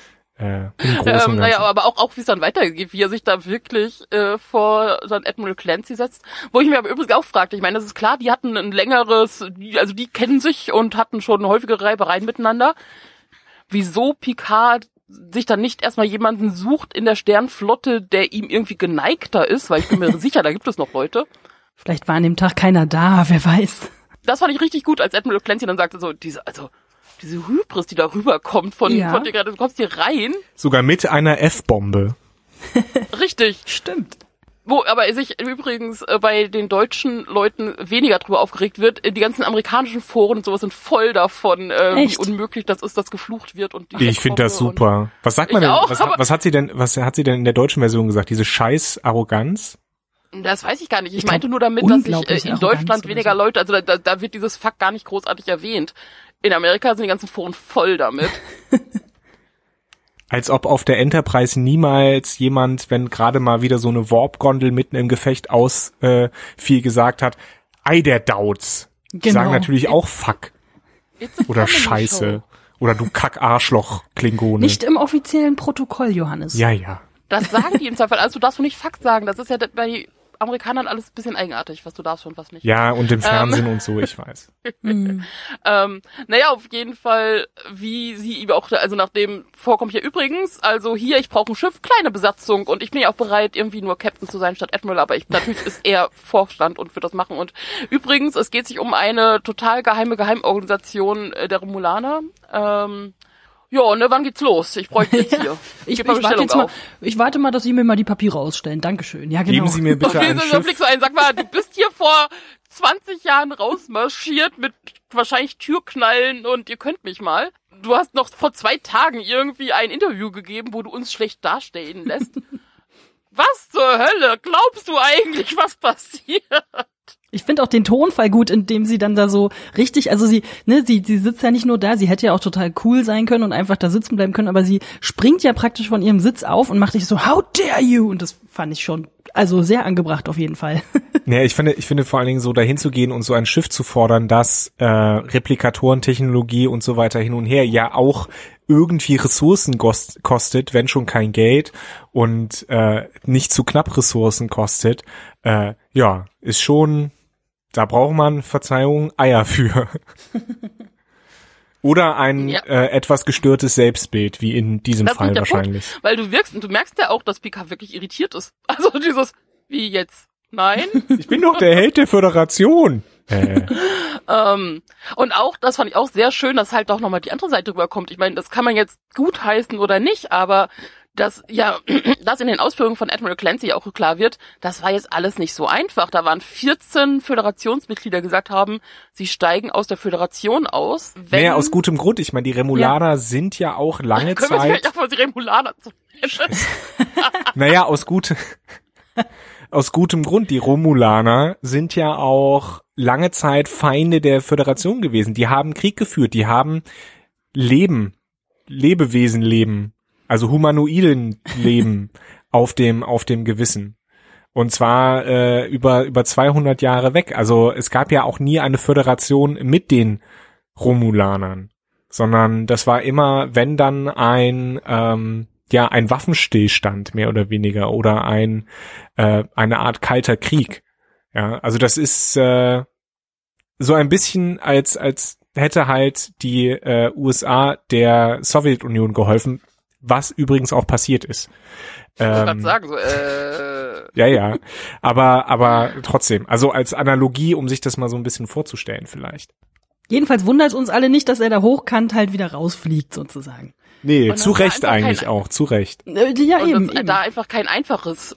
im Großen und Ganzen. naja, aber auch wie es dann weitergeht, wie er sich da wirklich vor dann Admiral Clancy setzt. Wo ich mir aber übrigens auch fragte, ich meine, das ist klar, die hatten ein längeres, also die kennen sich und hatten schon häufige Reibereien miteinander. Wieso Picard sich dann nicht erstmal jemanden sucht in der Sternflotte, der ihm irgendwie geneigter ist, weil ich bin mir sicher, da gibt es noch Leute. vielleicht war an dem Tag keiner da, wer weiß. Das fand ich richtig gut, als Admiral Clancy dann sagte so, diese Hybris, die da rüberkommt von dir gerade, du kommst hier rein. Sogar mit einer F-Bombe. Richtig. Stimmt. Wo aber sich übrigens bei den deutschen Leuten weniger drüber aufgeregt wird. Die ganzen amerikanischen Foren und sowas sind voll davon, wie unmöglich das ist, dass geflucht wird. Und Ich finde das super. Was sagt man denn? Was hat sie denn in der deutschen Version gesagt? Diese scheiß Arroganz? Das weiß ich gar nicht. Ich meinte nur damit, dass sich in Deutschland weniger Leute, also da wird dieses Fuck gar nicht großartig erwähnt. In Amerika sind die ganzen Foren voll damit. Als ob auf der Enterprise niemals jemand, wenn gerade mal wieder so eine Warp-Gondel mitten im Gefecht viel gesagt hat, ei der Dauts. Die sagen natürlich auch Fuck. Oder Scheiße. Oder du Kack-Arschloch-Klingone. Nicht im offiziellen Protokoll, Johannes. Ja. Das sagen die im Zweifel. Also du darfst nicht Fuck sagen. Das ist ja bei Amerikanern alles ein bisschen eigenartig, was du darfst und was nicht. Ja, und im Fernsehen und so, ich weiß. Naja, auf jeden Fall, wie sie ihm auch, also nachdem vorkommt ja übrigens, also hier, ich brauche ein Schiff, kleine Besatzung und ich bin ja auch bereit, irgendwie nur Captain zu sein statt Admiral, aber natürlich ist er Vorstand und wird das machen. Und übrigens, es geht sich um eine total Geheimorganisation der Romulaner. Ja, ne, wann geht's los? Ich bräuchte jetzt hier. Ich warte mal, dass Sie mir mal die Papiere ausstellen. Dankeschön. Ja, genau. Geben Sie mir bitte ein Schiff. Sag mal, du bist hier vor 20 Jahren rausmarschiert mit wahrscheinlich Türknallen und ihr könnt mich mal. Du hast noch vor 2 Tagen irgendwie ein Interview gegeben, wo du uns schlecht dastehen lässt. Was zur Hölle glaubst du eigentlich, was passiert? Ich finde auch den Tonfall gut, in dem sie dann da so richtig, also sie sitzt ja nicht nur da, sie hätte ja auch total cool sein können und einfach da sitzen bleiben können, aber sie springt ja praktisch von ihrem Sitz auf und macht sich so, how dare you? Und das fand ich schon, also sehr angebracht auf jeden Fall. Ja, ich finde vor allen Dingen so dahin zu gehen und so ein Schiff zu fordern, das Replikatorentechnologie und so weiter hin und her ja auch irgendwie Ressourcen kostet, wenn schon kein Geld und nicht zu knapp Ressourcen kostet, ja, ist schon, da braucht man, Verzeihung, Eier für. Oder ein etwas gestörtes Selbstbild, wie in diesem Fall wahrscheinlich. Punkt, weil du wirkst und du merkst ja auch, dass Picard wirklich irritiert ist. Also dieses, wie jetzt? Nein? Ich bin doch der Held der Föderation. Und auch, das fand ich auch sehr schön, dass halt auch nochmal die andere Seite rüberkommt. Ich meine, das kann man jetzt gut heißen oder nicht, aber das in den Ausführungen von Admiral Clancy auch klar wird, das war jetzt alles nicht so einfach. Da waren 14 Föderationsmitglieder, gesagt haben, sie steigen aus der Föderation aus. Naja, aus gutem Grund. Ich meine, die Remulaner sind ja auch lange Zeit... Können wir vielleicht auch mal die Remulaner zu nennen? Naja, aus gutem Grund. Die Romulaner sind ja auch lange Zeit Feinde der Föderation gewesen. Die haben Krieg geführt, die haben Lebewesen leben, also humanoiden Leben auf dem Gewissen. Und zwar über 200 Jahre weg. Also es gab ja auch nie eine Föderation mit den Romulanern, sondern das war immer, wenn dann ein Waffenstillstand mehr oder weniger oder eine Art kalter Krieg. Ja, also das ist so ein bisschen als hätte halt die USA der Sowjetunion geholfen, was übrigens auch passiert ist. Ich wollte gerade sagen, so, Ja, aber trotzdem, also als Analogie, um sich das mal so ein bisschen vorzustellen vielleicht. Jedenfalls wundert es uns alle nicht, dass er da hochkant halt wieder rausfliegt sozusagen. Nee, zu Recht eigentlich auch, zu Recht. Ja, und eben. Da einfach kein einfaches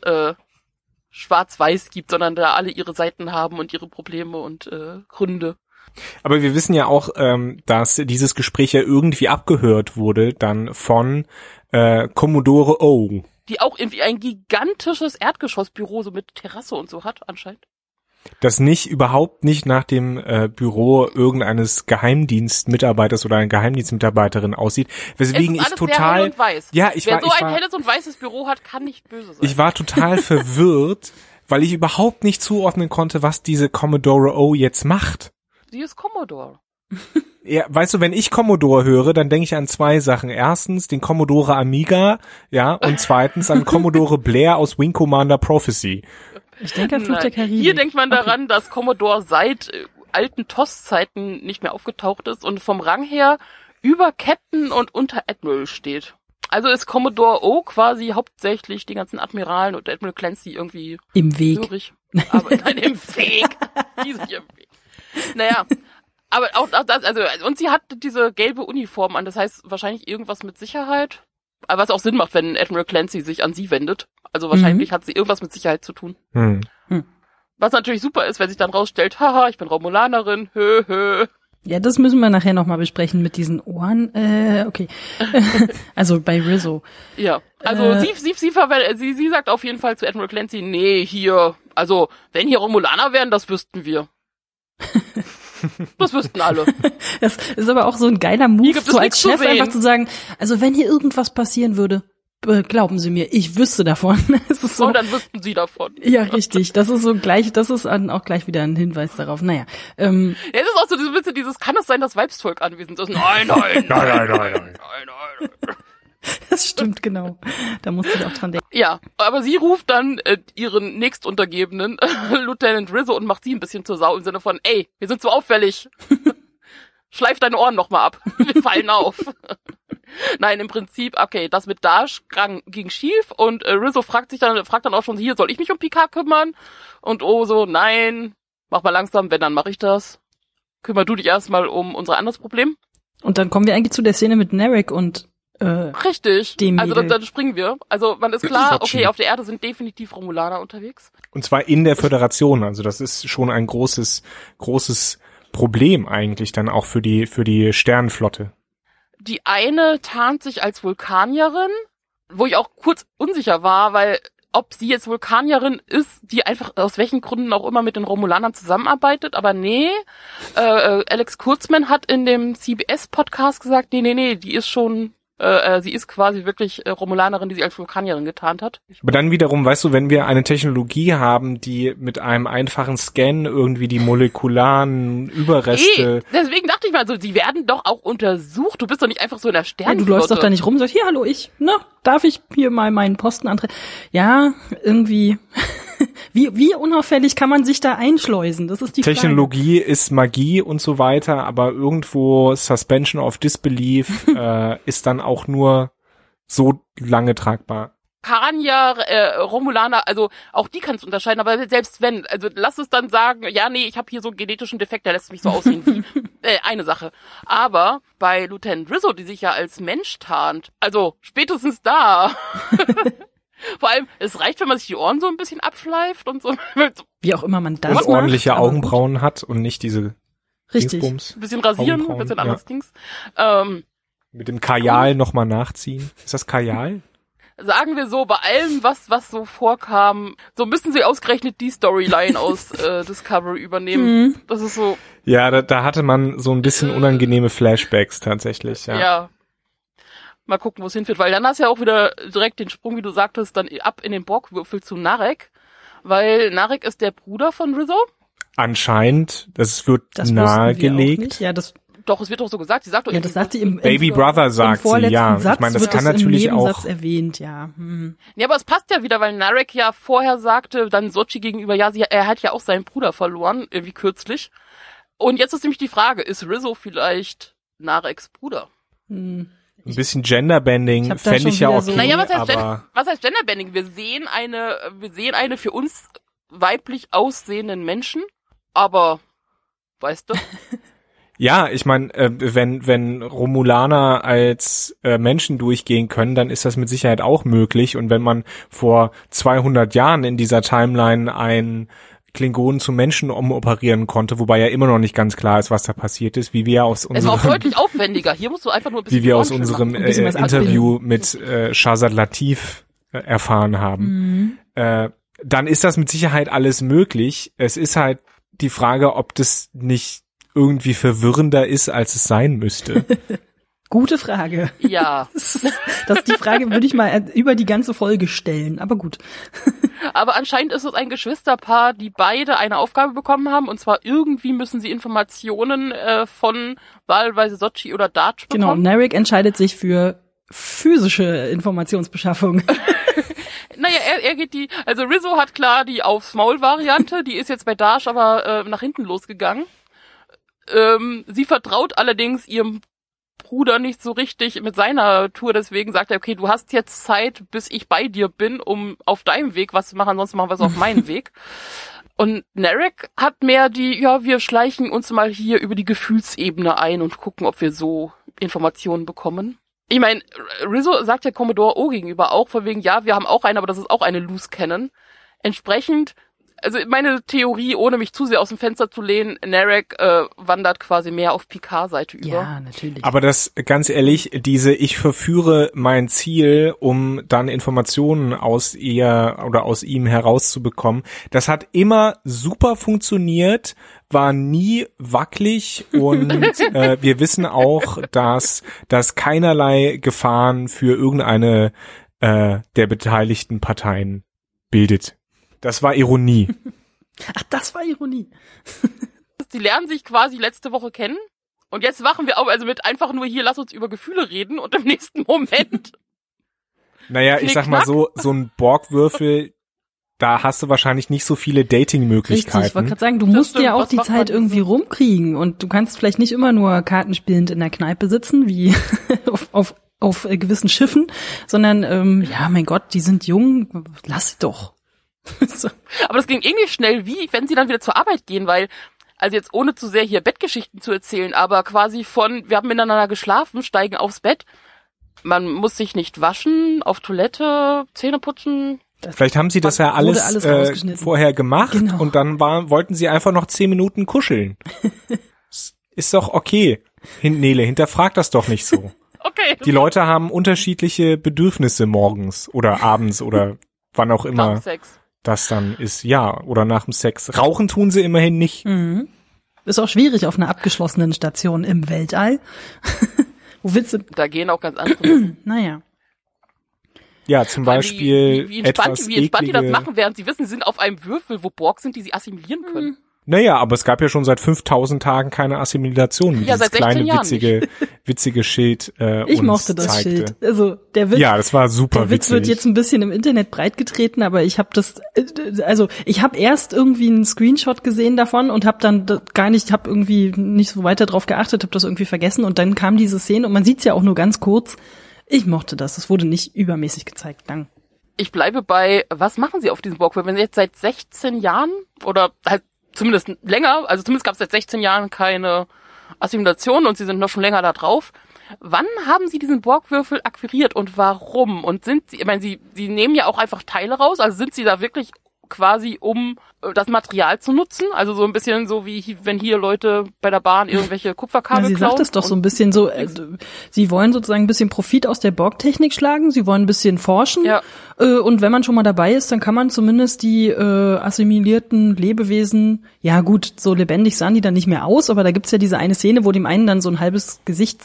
Schwarz-Weiß gibt, sondern da alle ihre Seiten haben und ihre Probleme und Gründe. Aber wir wissen ja auch, dass dieses Gespräch ja irgendwie abgehört wurde dann von Commodore O. Die auch irgendwie ein gigantisches Erdgeschossbüro so mit Terrasse und so hat anscheinend. Das überhaupt nicht nach dem Büro irgendeines Geheimdienstmitarbeiters oder einer Geheimdienstmitarbeiterin aussieht. Weswegen ich total, sehr hell und weiß. Ja, Wer so ein helles und weißes Büro hat, kann nicht böse sein. Ich war total verwirrt, weil ich überhaupt nicht zuordnen konnte, was diese Commodore O jetzt macht. Sie ist Commodore. Ja, weißt du, wenn ich Commodore höre, dann denke ich an zwei Sachen. Erstens den Commodore Amiga, ja, und zweitens an Commodore Blair aus Wing Commander Prophecy. Ich denke an Fluch der Karibik. Hier denkt man daran, dass Commodore seit alten TOS-Zeiten nicht mehr aufgetaucht ist und vom Rang her über Captain und unter Admiral steht. Also ist Commodore O quasi hauptsächlich die ganzen Admiralen und Admiral Clancy irgendwie im Weg. Hörig. Aber nein, im Weg. Riesig im Weg. Naja, aber auch das, also, und sie hat diese gelbe Uniform an, das heißt wahrscheinlich irgendwas mit Sicherheit. Aber was auch Sinn macht, wenn Admiral Clancy sich an sie wendet. Also wahrscheinlich hat sie irgendwas mit Sicherheit zu tun. Was natürlich super ist, wenn sich dann rausstellt, haha, ich bin Romulanerin, hö. Ja, das müssen wir nachher nochmal besprechen mit diesen Ohren. Okay. Also bei Rizzo. Ja, also sie sagt auf jeden Fall zu Admiral Clancy, nee, hier, also wenn hier Romulaner wären, das wüssten wir. Das wüssten alle. Das ist aber auch so ein geiler Move, so als Chef einfach zu sagen, also wenn hier irgendwas passieren würde, glauben Sie mir, ich wüsste davon. Es ist so, und dann wüssten Sie davon. Ja, richtig. Das ist so gleich, das ist auch gleich wieder ein Hinweis darauf. Naja. Ja, es ist auch so ein bisschen dieses, kann es sein, dass Weibsvolk anwesend ist? Nein. Das stimmt, genau. Da musste ich auch dran denken. Ja, aber sie ruft dann ihren nächstuntergebenen Lieutenant Rizzo und macht sie ein bisschen zur Sau im Sinne von, ey, wir sind so auffällig. Schleif deine Ohren noch mal ab. Wir fallen auf. Nein, im Prinzip, okay, das mit Dash ging schief und Rizzo fragt dann auch schon, hier, soll ich mich um Picard kümmern? Und so, nein, mach mal langsam, wenn, dann mache ich das. Kümmer du dich erstmal um unser anderes Problem. Und dann kommen wir eigentlich zu der Szene mit Narek und richtig, also dann springen wir. Also man ist klar, okay, auf der Erde sind definitiv Romulaner unterwegs. Und zwar in der Föderation, also das ist schon ein großes Problem eigentlich dann auch für die Sternenflotte. Die eine tarnt sich als Vulkanierin, wo ich auch kurz unsicher war, weil ob sie jetzt Vulkanierin ist, die einfach aus welchen Gründen auch immer mit den Romulanern zusammenarbeitet, aber nee, Alex Kurtzman hat in dem CBS-Podcast gesagt, nee, die ist schon, sie ist quasi wirklich Romulanerin, die sie als Vulkanierin getarnt hat. Aber dann wiederum, weißt du, wenn wir eine Technologie haben, die mit einem einfachen Scan irgendwie die molekularen Überreste... Deswegen dachte ich mal so, die werden doch auch untersucht. Du bist doch nicht einfach so in der Sternenflotte. Du läufst doch da nicht rum und sagst, hier, hallo, darf ich hier mal meinen Posten antreten? Ja, irgendwie... Wie unauffällig kann man sich da einschleusen? Das ist die Technologie ist Magie und so weiter, aber irgendwo Suspension of Disbelief ist dann auch nur so lange tragbar. Kanier, Romulaner, also auch die kannst du unterscheiden, aber selbst wenn, also lass es dann sagen, ja, nee, ich habe hier so einen genetischen Defekt, der lässt mich so aussehen wie eine Sache. Aber bei Lieutenant Rizzo, die sich ja als Mensch tarnt, also spätestens da... Vor allem, es reicht, wenn man sich die Ohren so ein bisschen abschleift und so. Wie auch immer man das macht. Und ordentliche Augenbrauen hat und nicht diese Dingsbums. Ein bisschen rasieren, ein bisschen anderes Dings. Mit dem Kajal nochmal nachziehen. Ist das Kajal? Sagen wir so, bei allem, was so vorkam, so müssen sie ausgerechnet die Storyline aus Discovery übernehmen. Das ist so. Ja, da hatte man so ein bisschen unangenehme Flashbacks tatsächlich, ja. Ja. Mal gucken, wo es hinführt, weil dann hast du ja auch wieder direkt den Sprung, wie du sagtest, dann ab in den Borgwürfel zu Narek, weil Narek ist der Bruder von Rizzo. Anscheinend, das wird nahegelegt. Ja, doch, es wird doch so gesagt. Sie sagt doch, ja, das sagt sie im Baby Brother sagt sie, ja. Satz ich meine, das wird kann das natürlich im Nebensatz auch erwähnt, ja. Ja, aber es passt ja wieder, weil Narek ja vorher sagte, dann Sochi gegenüber, ja, er hat ja auch seinen Bruder verloren, irgendwie kürzlich. Und jetzt ist nämlich die Frage, ist Rizzo vielleicht Nareks Bruder? Ein bisschen Genderbending fände ich ja okay, so. Naja, was heißt Genderbending? Wir sehen eine für uns weiblich aussehenden Menschen, aber, weißt du? Ja, ich meine, wenn Romulaner als Menschen durchgehen können, dann ist das mit Sicherheit auch möglich. Und wenn man vor 200 Jahren in dieser Timeline einen Klingonen zu Menschen umoperieren konnte, wobei ja immer noch nicht ganz klar ist, was da passiert ist, wie wir aus unserem... Es war auch deutlich aufwendiger. Hier musst du einfach nur ein bisschen... Wie wir aus unserem Interview mit Shazad Latif erfahren haben. Dann ist das mit Sicherheit alles möglich. Es ist halt die Frage, ob das nicht irgendwie verwirrender ist, als es sein müsste. Gute Frage. Ja. Die Frage würde ich mal über die ganze Folge stellen, aber gut. Aber anscheinend ist es ein Geschwisterpaar, die beide eine Aufgabe bekommen haben, und zwar irgendwie müssen sie Informationen von wahlweise Sochi oder Dahj bekommen. Genau, Narek entscheidet sich für physische Informationsbeschaffung. Naja, er geht also Rizzo hat klar die aufs Maul-Variante, die ist jetzt bei Dahj aber nach hinten losgegangen. Sie vertraut allerdings ihrem Bruder nicht so richtig mit seiner Tour, deswegen sagt er, okay, du hast jetzt Zeit, bis ich bei dir bin, um auf deinem Weg was zu machen, ansonsten machen wir es auf meinem Weg. Und Narek hat mehr wir schleichen uns mal hier über die Gefühlsebene ein und gucken, ob wir so Informationen bekommen. Ich meine, Rizzo sagt ja Commodore O gegenüber auch, von wegen, ja, wir haben auch eine, aber das ist auch eine Loose Cannon. Entsprechend, also meine Theorie, ohne mich zu sehr aus dem Fenster zu lehnen, Narek wandert quasi mehr auf Picard-Seite über. Ja, natürlich. Aber das, ganz ehrlich, ich verführe mein Ziel, um dann Informationen aus ihr oder aus ihm herauszubekommen, das hat immer super funktioniert, war nie wackelig und wir wissen auch, dass das keinerlei Gefahren für irgendeine der beteiligten Parteien bildet. Das war Ironie. Ach, das war Ironie. Die lernen sich quasi letzte Woche kennen und jetzt wachen wir auf, also mit einfach nur hier, lass uns über Gefühle reden und im nächsten Moment. Naja, ich sag mal so ein Borgwürfel, da hast du wahrscheinlich nicht so viele Dating-Möglichkeiten. Richtig, ich wollte gerade sagen, du musst ja auch die Zeit irgendwie rumkriegen und du kannst vielleicht nicht immer nur kartenspielend in der Kneipe sitzen, wie auf gewissen Schiffen, sondern, ja, mein Gott, die sind jung, lass sie doch. So. Aber das ging irgendwie schnell, wenn sie dann wieder zur Arbeit gehen, weil, also jetzt ohne zu sehr hier Bettgeschichten zu erzählen, aber quasi wir haben miteinander geschlafen, steigen aufs Bett, man muss sich nicht waschen, auf Toilette, Zähne putzen. Vielleicht haben sie das ja alles vorher gemacht, genau. Und dann wollten sie einfach noch 10 Minuten kuscheln. Ist doch okay. Nele, hinterfrag das doch nicht so. Okay. Die Leute haben unterschiedliche Bedürfnisse morgens oder abends oder wann auch immer Sex. das dann ist, ja, oder nach dem Sex. Rauchen tun sie immerhin nicht. Mhm. Ist auch schwierig auf einer abgeschlossenen Station im Weltall. Wo willst du? Da gehen auch ganz andere. Naja. Ja, zum Beispiel wie entspannt die das eklige- machen, während sie wissen, sie sind auf einem Würfel, wo Borg sind, die sie assimilieren können. Naja, aber es gab ja schon seit 5000 Tagen keine Assimilation, wie Ja, dieses seit 16 kleine Jahren witzige Schild Ich uns mochte das zeigte. Schild. Also der Witz, Ja, das war super der Witz witzig. wird jetzt ein bisschen im Internet breitgetreten, aber ich habe ich habe erst irgendwie einen Screenshot gesehen davon und habe dann habe irgendwie nicht so weiter drauf geachtet, habe das irgendwie vergessen und dann kam diese Szene und man sieht's ja auch nur ganz kurz. Ich mochte das. Es wurde nicht übermäßig gezeigt. Dank. Ich bleibe bei, was machen sie auf diesem Borg? Wenn sie jetzt seit 16 Jahren oder halt zumindest länger, also zumindest gab es seit 16 Jahren keine Assimilation und sie sind noch schon länger da drauf. Wann haben sie diesen Borgwürfel akquiriert und warum? Und sind sie, ich meine, sie nehmen ja auch einfach Teile raus, also sind sie da wirklich quasi, um das Material zu nutzen? Also so ein bisschen so wie wenn hier Leute bei der Bahn irgendwelche Kupferkabel Sie klauen. sagt es doch so ein bisschen so, sie wollen sozusagen ein bisschen Profit aus der Borg-Technik schlagen, sie wollen ein bisschen forschen. Ja. Und wenn man schon mal dabei ist, dann kann man zumindest die assimilierten Lebewesen, ja gut, so lebendig sahen die dann nicht mehr aus, aber da gibt's ja diese eine Szene, wo dem einen dann so ein halbes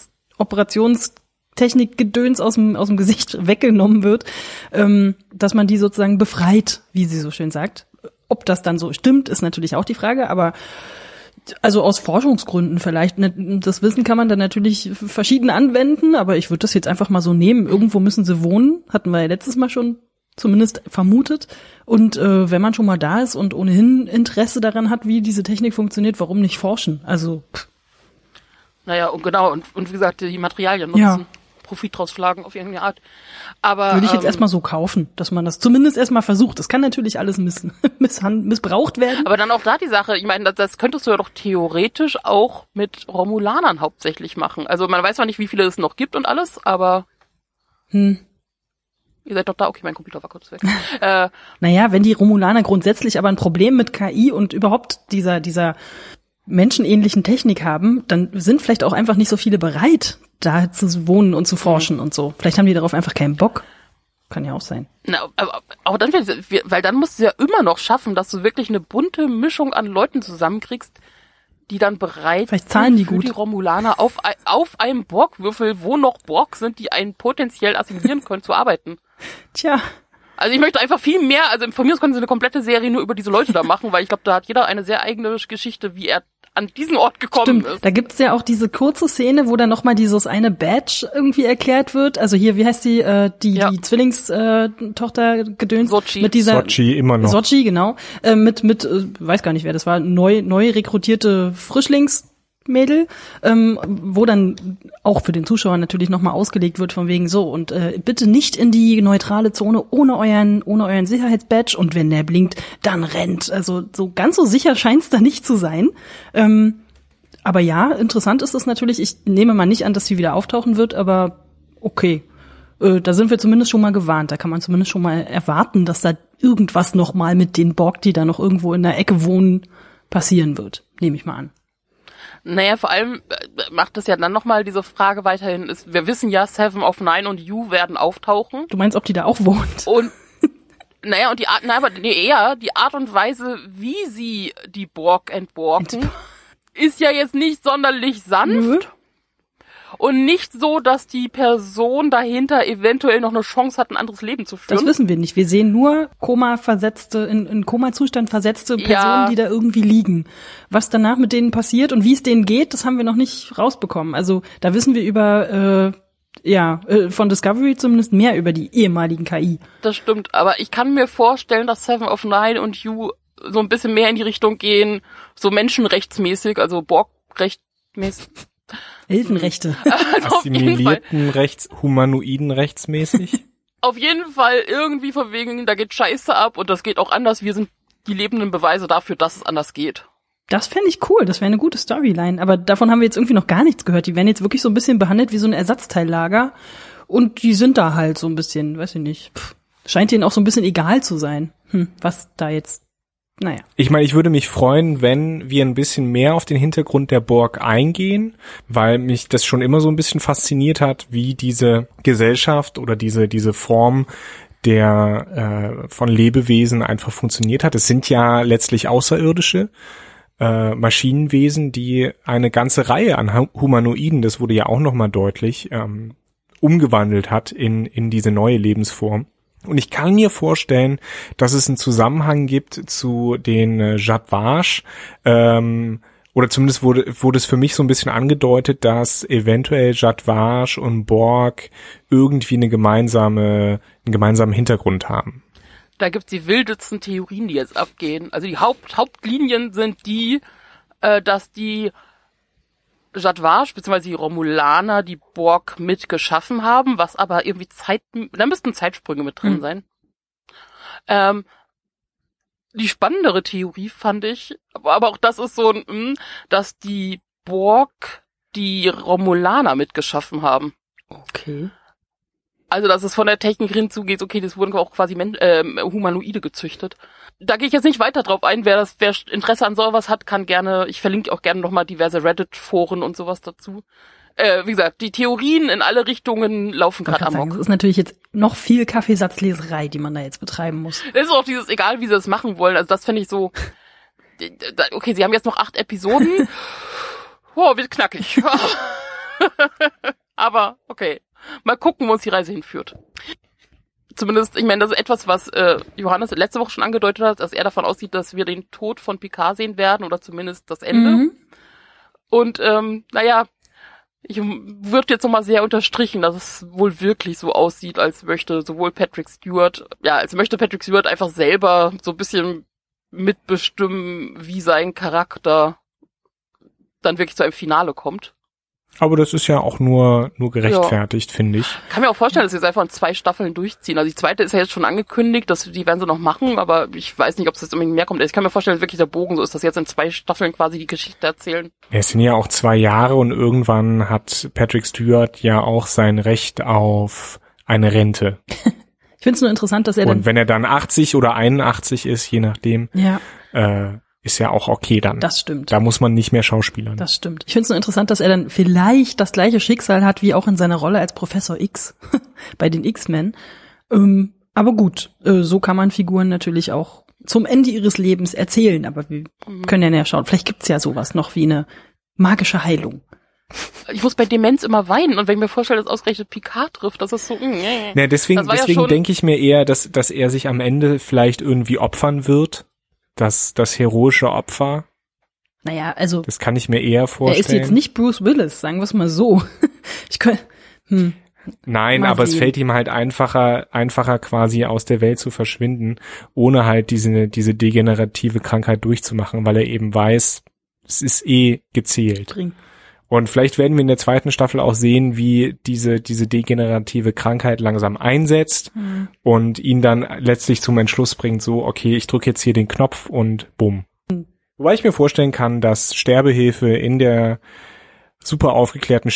Gesichtsoperationstechnikgedöns aus dem Gesicht weggenommen wird, dass man die sozusagen befreit, wie sie so schön sagt. Ob das dann so stimmt, ist natürlich auch die Frage, aber also aus Forschungsgründen vielleicht. Das Wissen kann man dann natürlich verschieden anwenden, aber ich würde das jetzt einfach mal so nehmen. Irgendwo müssen sie wohnen, hatten wir ja letztes Mal schon zumindest vermutet. Und wenn man schon mal da ist und ohnehin Interesse daran hat, wie diese Technik funktioniert, warum nicht forschen? Also Naja, und genau, und wie gesagt, die Materialien nutzen, Ja. Profit draus schlagen auf irgendeine Art. Aber würde ich jetzt erstmal so kaufen, dass man das zumindest erstmal versucht. Das kann natürlich alles missbraucht werden. Aber dann auch da die Sache, ich meine, das könntest du ja doch theoretisch auch mit Romulanern hauptsächlich machen. Also man weiß zwar nicht, wie viele es noch gibt und alles, aber ihr seid doch da, okay, mein Computer war kurz weg. Naja, wenn die Romulaner grundsätzlich aber ein Problem mit KI und überhaupt dieser menschenähnlichen Technik haben, dann sind vielleicht auch einfach nicht so viele bereit, da zu wohnen und zu forschen und so. Vielleicht haben die darauf einfach keinen Bock. Kann ja auch sein. Na, aber auch dann, weil dann musst du ja immer noch schaffen, dass du wirklich eine bunte Mischung an Leuten zusammenkriegst, die dann bereit Vielleicht zahlen die für gut. die Romulaner auf einem Borgwürfel, wo noch Borg sind, die einen potenziell assimilieren können, zu arbeiten. Tja, Also ich möchte einfach viel mehr, also von mir aus können sie eine komplette Serie nur über diese Leute da machen, weil ich glaube, da hat jeder eine sehr eigene Geschichte, wie er an diesen Ort gekommen stimmt. ist. Da gibt's ja auch diese kurze Szene, wo dann nochmal dieses eine Badge irgendwie erklärt wird. Also hier, wie heißt die Zwillingstochter gedöns? Sochi. Mit dieser Sochi immer noch. Sochi, genau. Weiß gar nicht wer, das war neu rekrutierte Frischlingsmädel, wo dann auch für den Zuschauer natürlich nochmal ausgelegt wird von wegen so und bitte nicht in die neutrale Zone ohne euren Sicherheitsbadge und wenn der blinkt, dann rennt. Also so ganz so sicher scheint's da nicht zu sein. Aber ja, interessant ist es natürlich. Ich nehme mal nicht an, dass sie wieder auftauchen wird, aber okay. Da sind wir zumindest schon mal gewarnt. Da kann man zumindest schon mal erwarten, dass da irgendwas noch mal mit den Borg, die da noch irgendwo in der Ecke wohnen, passieren wird. Nehme ich mal an. Naja, vor allem macht es ja dann nochmal diese Frage weiterhin, wir wissen ja, Seven of Nine und You werden auftauchen. Du meinst, ob die da auch wohnt? Und naja, und die Art und Weise, wie sie die Borg entborgen, ist ja jetzt nicht sonderlich sanft. Nö. Und nicht so, dass die Person dahinter eventuell noch eine Chance hat, ein anderes Leben zu führen. Das wissen wir nicht. Wir sehen nur in Koma-Zustand versetzte Personen, Ja. die da irgendwie liegen. Was danach mit denen passiert und wie es denen geht, das haben wir noch nicht rausbekommen. Also da wissen wir über von Discovery zumindest mehr über die ehemaligen KI. Das stimmt, aber ich kann mir vorstellen, dass Seven of Nine und You so ein bisschen mehr in die Richtung gehen, so menschenrechtsmäßig, also Borgrechtmäßig. Elfenrechte. Also auf jeden Fall. Assimilierten humanoiden rechtsmäßig. Auf jeden Fall irgendwie von wegen, da geht Scheiße ab und das geht auch anders. Wir sind die lebenden Beweise dafür, dass es anders geht. Das fände ich cool, das wäre eine gute Storyline. Aber davon haben wir jetzt irgendwie noch gar nichts gehört. Die werden jetzt wirklich so ein bisschen behandelt wie so ein Ersatzteillager. Und die sind da halt so ein bisschen, weiß ich nicht. Scheint denen auch so ein bisschen egal zu sein. Was da jetzt, naja. Ich meine, ich würde mich freuen, wenn wir ein bisschen mehr auf den Hintergrund der Borg eingehen, weil mich das schon immer so ein bisschen fasziniert hat, wie diese Gesellschaft oder diese Form der von Lebewesen einfach funktioniert hat. Es sind ja letztlich Außerirdische Maschinenwesen, die eine ganze Reihe an Humanoiden, das wurde ja auch nochmal deutlich, umgewandelt hat in diese neue Lebensform. Und ich kann mir vorstellen, dass es einen Zusammenhang gibt zu den Jadwash, oder zumindest wurde es für mich so ein bisschen angedeutet, dass eventuell Jadwash und Borg irgendwie einen gemeinsamen Hintergrund haben. Da gibt's die wildesten Theorien, die jetzt abgehen. Also die Hauptlinien sind die, dass die Jadwash bzw. die Romulaner die Borg mitgeschaffen haben, was aber irgendwie da müssten Zeitsprünge mit drin sein. Die spannendere Theorie fand ich, aber auch das ist so dass die Borg die Romulaner mitgeschaffen haben. Okay. Also, dass es von der Technik hinzugeht, okay, das wurden auch quasi Humanoide gezüchtet. Da gehe ich jetzt nicht weiter drauf ein. Wer Interesse an sowas hat, kann gerne, ich verlinke auch gerne nochmal diverse Reddit-Foren und sowas dazu. Wie gesagt, die Theorien in alle Richtungen laufen gerade amok. Das ist natürlich jetzt noch viel Kaffeesatzleserei, die man da jetzt betreiben muss. Das ist auch dieses, egal wie sie es machen wollen, also das finde ich so, okay, sie haben jetzt noch 8 Episoden. Oh, wird knackig. Aber, okay. Mal gucken, wo uns die Reise hinführt. Zumindest, ich meine, das ist etwas, was Johannes letzte Woche schon angedeutet hat, dass er davon aussieht, dass wir den Tod von Picard sehen werden oder zumindest das Ende. Mhm. Und naja, ich würde jetzt nochmal sehr unterstrichen, dass es wohl wirklich so aussieht, als möchte Patrick Stewart einfach selber so ein bisschen mitbestimmen, wie sein Charakter dann wirklich zu einem Finale kommt. Aber das ist ja auch nur gerechtfertigt, finde ich. Kann mir auch vorstellen, dass sie es einfach in 2 Staffeln durchziehen. Also die zweite ist ja jetzt schon angekündigt, die werden sie noch machen, aber ich weiß nicht, ob es jetzt unbedingt mehr kommt. Ich kann mir vorstellen, dass wirklich der Bogen so ist, dass sie jetzt in 2 Staffeln quasi die Geschichte erzählen. Ja, es sind ja auch 2 Jahre und irgendwann hat Patrick Stewart ja auch sein Recht auf eine Rente. Ich finde es nur interessant, dass er und wenn er dann 80 oder 81 ist, je nachdem, ist ja auch okay dann. Das stimmt. Da muss man nicht mehr schauspielern. Das stimmt. Ich finde es nur interessant, dass er dann vielleicht das gleiche Schicksal hat, wie auch in seiner Rolle als Professor X bei den X-Men. Aber gut, so kann man Figuren natürlich auch zum Ende ihres Lebens erzählen. Aber wir können ja schauen, vielleicht gibt's ja sowas noch wie eine magische Heilung. Ich muss bei Demenz immer weinen und wenn ich mir vorstelle, dass ausgerechnet Picard trifft, das ist so. Ja, deswegen denke ich mir eher, dass er sich am Ende vielleicht irgendwie opfern wird. Das heroische Opfer. Naja, also. Das kann ich mir eher vorstellen. Er ist jetzt nicht Bruce Willis, sagen wir es mal so. Nein, aber es fällt ihm halt einfacher quasi aus der Welt zu verschwinden, ohne halt diese degenerative Krankheit durchzumachen, weil er eben weiß, es ist gezählt. Und vielleicht werden wir in der 2. Staffel auch sehen, wie diese degenerative Krankheit langsam einsetzt und ihn dann letztlich zum Entschluss bringt, so, okay, ich drücke jetzt hier den Knopf und bumm. Wobei ich mir vorstellen kann, dass Sterbehilfe in der super aufgeklärten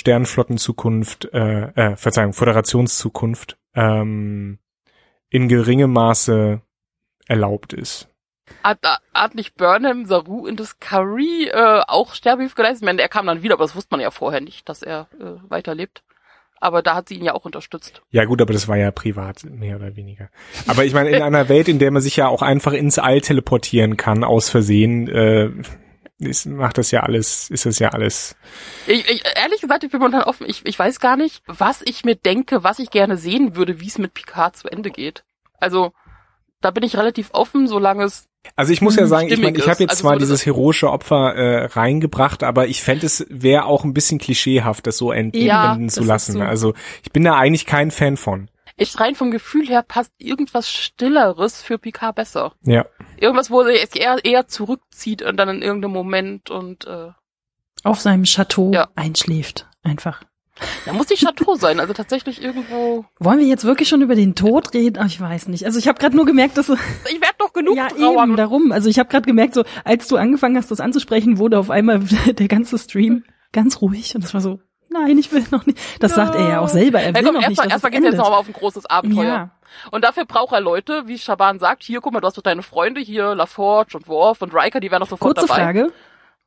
Föderationszukunft in geringem Maße erlaubt ist. Hat nicht Burnham Saru in Discovery auch Sterbehilfe geleistet? Ich meine, er kam dann wieder, aber das wusste man ja vorher nicht, dass er weiterlebt. Aber da hat sie ihn ja auch unterstüzt. Ja gut, aber das war ja privat, mehr oder weniger. Aber ich meine, in einer Welt, in der man sich ja auch einfach ins All teleportieren kann, aus Versehen, ist das ja alles. Ich ehrlich gesagt, ich bin momentan offen. Ich weiß gar nicht, was ich mir denke, was ich gerne sehen würde, wie es mit Picard zu Ende geht. Also, da bin ich relativ offen, solange es Also ich muss ja sagen, ich habe jetzt zwar so dieses heroische Opfer reingebracht, aber ich fände, es wäre auch ein bisschen klischeehaft, das so enden zu lassen. So. Also ich bin da eigentlich kein Fan von. Rein vom Gefühl her passt irgendwas Stilleres für Picard besser. Ja. Irgendwas, wo er sich eher zurückzieht und dann in irgendeinem Moment und auf seinem Chateau einschläft. Einfach. Da muss nicht Chateau sein, also tatsächlich irgendwo. Wollen wir jetzt wirklich schon über den Tod reden? Ach, ich weiß nicht. Also ich habe gerade nur gemerkt, dass ich werde doch genug trauern. Eben, darum. Also ich habe gerade gemerkt, so als du angefangen hast, das anzusprechen, wurde auf einmal der ganze Stream ganz ruhig und es war so, nein, ich will noch nicht. Das sagt er ja auch selber. Er will noch nicht, dass es erstmal geht's jetzt noch mal auf ein großes Abenteuer. Ja. Und dafür braucht er Leute, wie Shaban sagt, hier, guck mal, du hast doch deine Freunde hier, LaForge und Worf und Riker, die werden doch sofort dabei. Kurze Frage.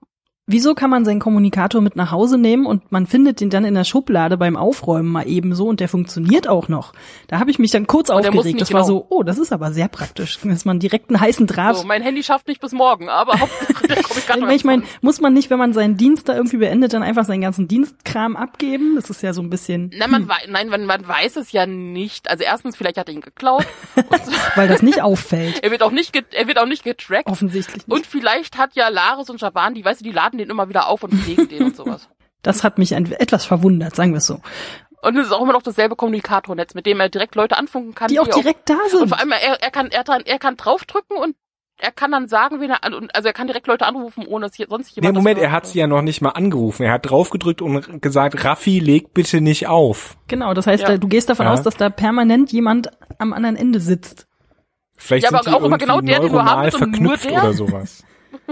Wieso kann man seinen Kommunikator mit nach Hause nehmen und man findet den dann in der Schublade beim Aufräumen mal ebenso und der funktioniert auch noch? Da habe ich mich dann kurz aufgeregt. Das war so, oh, das ist aber sehr praktisch, dass man direkt einen heißen Draht... So, mein Handy schafft nicht bis morgen, aber Hauptsache, da komme ich gerade noch Ich meine, muss man nicht, wenn man seinen Dienst da irgendwie beendet, dann einfach seinen ganzen Dienstkram abgeben? Das ist ja so ein bisschen... Man weiß es ja nicht. Also erstens, vielleicht hat er ihn geklaut. Weil das nicht auffällt. Er wird auch nicht getrackt. Offensichtlich nicht. Und vielleicht hat ja Laris und Shaban, die laden den immer wieder auf und pflegen den und sowas. Das hat mich etwas verwundert, sagen wir es so. Und es ist auch immer noch dasselbe Kommunikatornetz, mit dem er direkt Leute anfunken kann. Die auch direkt da sind. Und vor allem, er kann draufdrücken und er kann dann sagen, er kann direkt Leute anrufen, ohne dass sonst jemand... Nee, Moment, er hat sie ja noch nicht mal angerufen. Er hat draufgedrückt und gesagt, Raffi, leg bitte nicht auf. Genau, das heißt, du gehst davon aus, dass da permanent jemand am anderen Ende sitzt. Vielleicht sind aber die auch immer genau der, den du haben willst, und nur der oder sowas.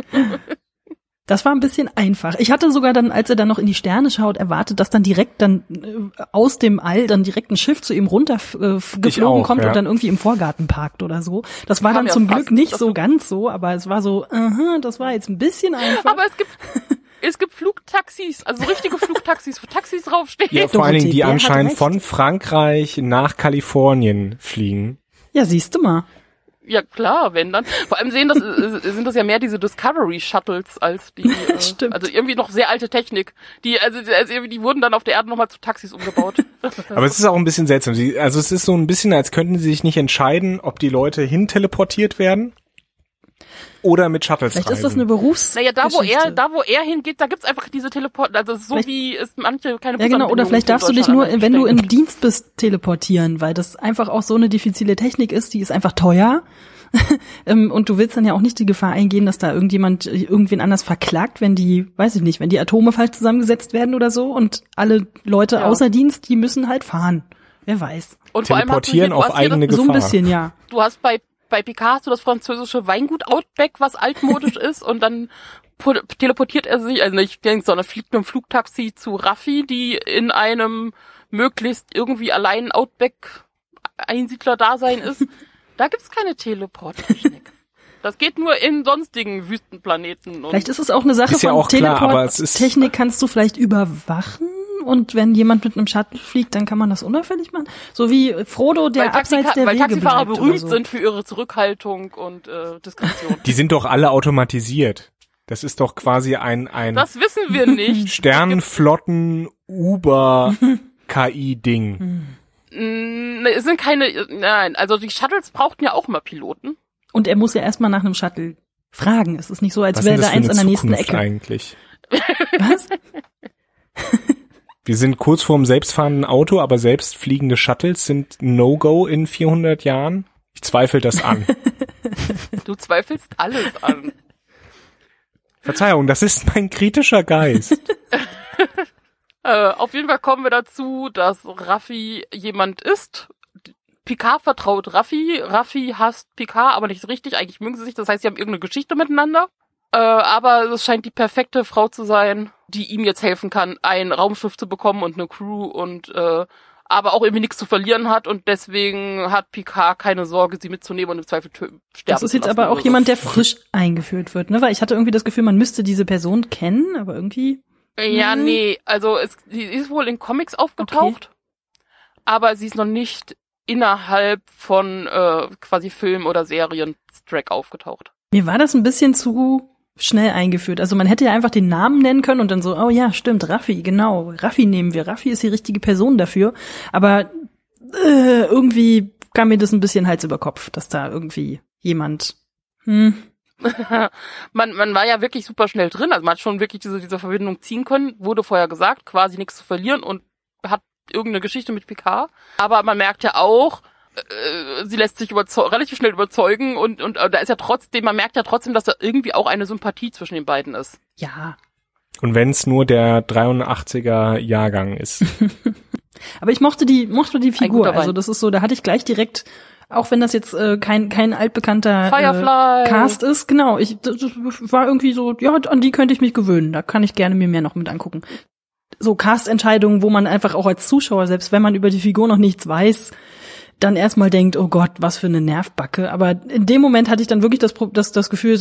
Das war ein bisschen einfach. Ich hatte sogar dann, als er dann noch in die Sterne schaut, erwartet, dass dann direkt aus dem All dann direkt ein Schiff zu ihm runtergeflogen kommt und dann irgendwie im Vorgarten parkt oder so. Das war dann zum Glück nicht so ganz so, aber es war so, das war jetzt ein bisschen einfach. Aber es gibt Flugtaxis, also richtige Flugtaxis, wo Taxis draufstehen. Ja, vor allen Dingen, die anscheinend von Frankreich nach Kalifornien fliegen. Ja, siehst du mal. Ja klar, wenn dann. Vor allem sind das ja mehr diese Discovery Shuttles als die, Stimmt. Also irgendwie noch sehr alte Technik. Die wurden dann auf der Erde nochmal zu Taxis umgebaut. Aber es ist auch ein bisschen seltsam. Es ist so ein bisschen, als könnten sie sich nicht entscheiden, ob die Leute hin teleportiert werden oder mit Shuttles Vielleicht reisen. ist das eine Naja, da wo er hingeht, da gibt's einfach diese Teleport, also so vielleicht, wie es manche keine Ja genau, oder vielleicht darfst du dich nur, wenn du im Dienst bist, teleportieren, weil das einfach auch so eine diffizile Technik ist, die ist einfach teuer. Und du willst dann ja auch nicht die Gefahr eingehen, dass da irgendwen anders verklagt, wenn die Atome falsch zusammengesetzt werden oder so und alle Leute außer Dienst, die müssen halt fahren. Wer weiß. Und teleportieren auf eigene Gefahr. So ein bisschen, ja. Du hast bei Picard hast du das französische Weingut Outback, was altmodisch ist, und dann teleportiert er sich, also nicht sondern fliegt mit einem Flugtaxi zu Raffi, die in einem möglichst irgendwie allein Outback-Einsiedler-Dasein ist. Da gibt's keine Teleporttechnik. Das geht nur in sonstigen Wüstenplaneten. Vielleicht ist es auch eine Sache von Teleporttechnik, kannst du vielleicht überwachen? Und wenn jemand mit einem Shuttle fliegt, dann kann man das unauffällig machen. So wie Frodo, der abseits der Wege bleibt. Weil Taxifahrer berühmt sind für ihre Zurückhaltung und Diskretion. Die sind doch alle automatisiert. Das ist doch quasi ein Das wissen wir nicht. Sternenflotten-Uber-KI-Ding. Es sind nein, also die Shuttles brauchten ja auch immer Piloten. Und er muss ja erstmal nach einem Shuttle fragen. Es ist nicht so, als wäre da eins an der nächsten Ecke. Eigentlich? Was? Wir sind kurz vorm selbstfahrenden Auto, aber selbstfliegende Shuttles sind No-Go in 400 Jahren? Ich zweifle das an. Du zweifelst alles an. Verzeihung, das ist mein kritischer Geist. Auf jeden Fall kommen wir dazu, dass Raffi jemand ist. Picard vertraut Raffi. Raffi hasst Picard, aber nicht so richtig. Eigentlich mögen sie sich. Das heißt, sie haben irgendeine Geschichte miteinander. Aber es scheint die perfekte Frau zu sein, die ihm jetzt helfen kann, ein Raumschiff zu bekommen und eine Crew und aber auch irgendwie nichts zu verlieren hat, und deswegen hat Picard keine Sorge, sie mitzunehmen und im Zweifel sterben zu lassen. Das ist jetzt aber auch jemand, der frisch eingeführt wird, ne? Weil ich hatte irgendwie das Gefühl, man müsste diese Person kennen, aber irgendwie... Ja, nee, also sie ist wohl in Comics aufgetaucht, aber sie ist noch nicht innerhalb von quasi Film- oder Serien-Track aufgetaucht. Mir war das ein bisschen zu schnell eingeführt. Also man hätte ja einfach den Namen nennen können und dann so, oh ja, stimmt, Raffi, genau, Raffi nehmen wir. Raffi ist die richtige Person dafür. Aber irgendwie kam mir das ein bisschen Hals über Kopf, dass da irgendwie jemand... Man war ja wirklich super schnell drin, also man hat schon wirklich diese Verbindung ziehen können, wurde vorher gesagt, quasi nichts zu verlieren und hat irgendeine Geschichte mit Picard. Aber man merkt ja auch, sie lässt sich relativ schnell überzeugen und da ist ja trotzdem, man merkt ja trotzdem, dass da irgendwie auch eine Sympathie zwischen den beiden ist. Ja. Und wenn es nur der 83er Jahrgang ist. Aber ich mochte die Figur, also das ist so, da hatte ich gleich direkt, auch wenn das jetzt kein altbekannter Cast ist, genau, das war irgendwie so, ja, an die könnte ich mich gewöhnen, da kann ich gerne mir mehr noch mit angucken. So Cast-Entscheidungen, wo man einfach auch als Zuschauer, selbst wenn man über die Figur noch nichts weiß, dann erstmal denkt, oh Gott, was für eine Nervbacke. Aber in dem Moment hatte ich dann wirklich das Gefühl so,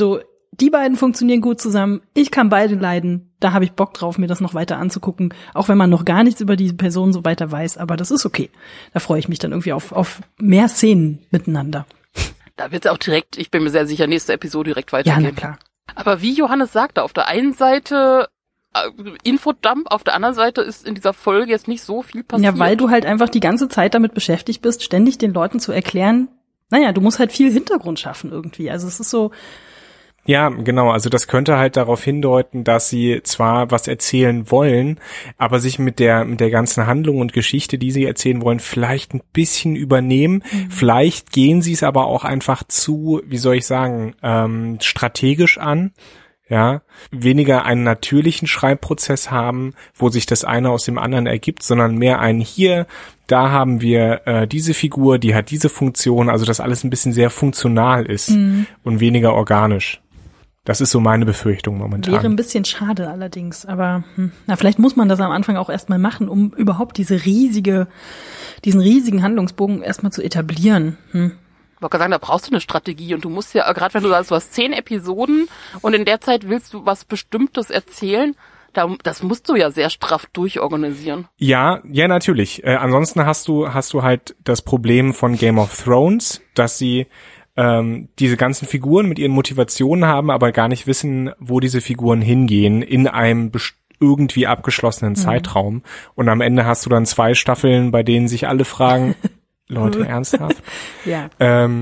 die beiden funktionieren gut zusammen, ich kann beide leiden, da habe ich Bock drauf, mir das noch weiter anzugucken, auch wenn man noch gar nichts über die Person so weiter weiß, aber das ist okay. Da freue ich mich dann irgendwie auf mehr Szenen miteinander. Da wird es auch direkt, ich bin mir sehr sicher, nächste Episode direkt weitergehen. Ja, na klar. Aber wie Johannes sagte, auf der einen Seite Infodump, auf der anderen Seite ist in dieser Folge jetzt nicht so viel passiert. Ja, weil du halt einfach die ganze Zeit damit beschäftigt bist, ständig den Leuten zu erklären, naja, du musst halt viel Hintergrund schaffen irgendwie. Also es ist so. Ja, genau. Also das könnte halt darauf hindeuten, dass sie zwar was erzählen wollen, aber sich mit der ganzen Handlung und Geschichte, die sie erzählen wollen, vielleicht ein bisschen übernehmen. Vielleicht gehen sie es aber auch einfach zu, wie soll ich sagen, strategisch an. Ja, weniger einen natürlichen Schreibprozess haben, wo sich das eine aus dem anderen ergibt, sondern mehr ein hier, da haben wir diese Figur, die hat diese Funktion, also dass alles ein bisschen sehr funktional ist und weniger organisch. Das ist so meine Befürchtung momentan. Wäre ein bisschen schade allerdings, aber vielleicht muss man das am Anfang auch erstmal machen, um überhaupt diesen riesigen Handlungsbogen erstmal zu etablieren. Ich wollte sagen, da brauchst du eine Strategie und du musst ja, gerade wenn du sagst, du hast 10 Episoden und in der Zeit willst du was Bestimmtes erzählen, das musst du ja sehr straff durchorganisieren. Ja, natürlich. Ansonsten hast du halt das Problem von Game of Thrones, dass sie diese ganzen Figuren mit ihren Motivationen haben, aber gar nicht wissen, wo diese Figuren hingehen in einem irgendwie abgeschlossenen Zeitraum. Und am Ende hast du dann 2 Staffeln, bei denen sich alle fragen, Leute, ernsthaft? Ja.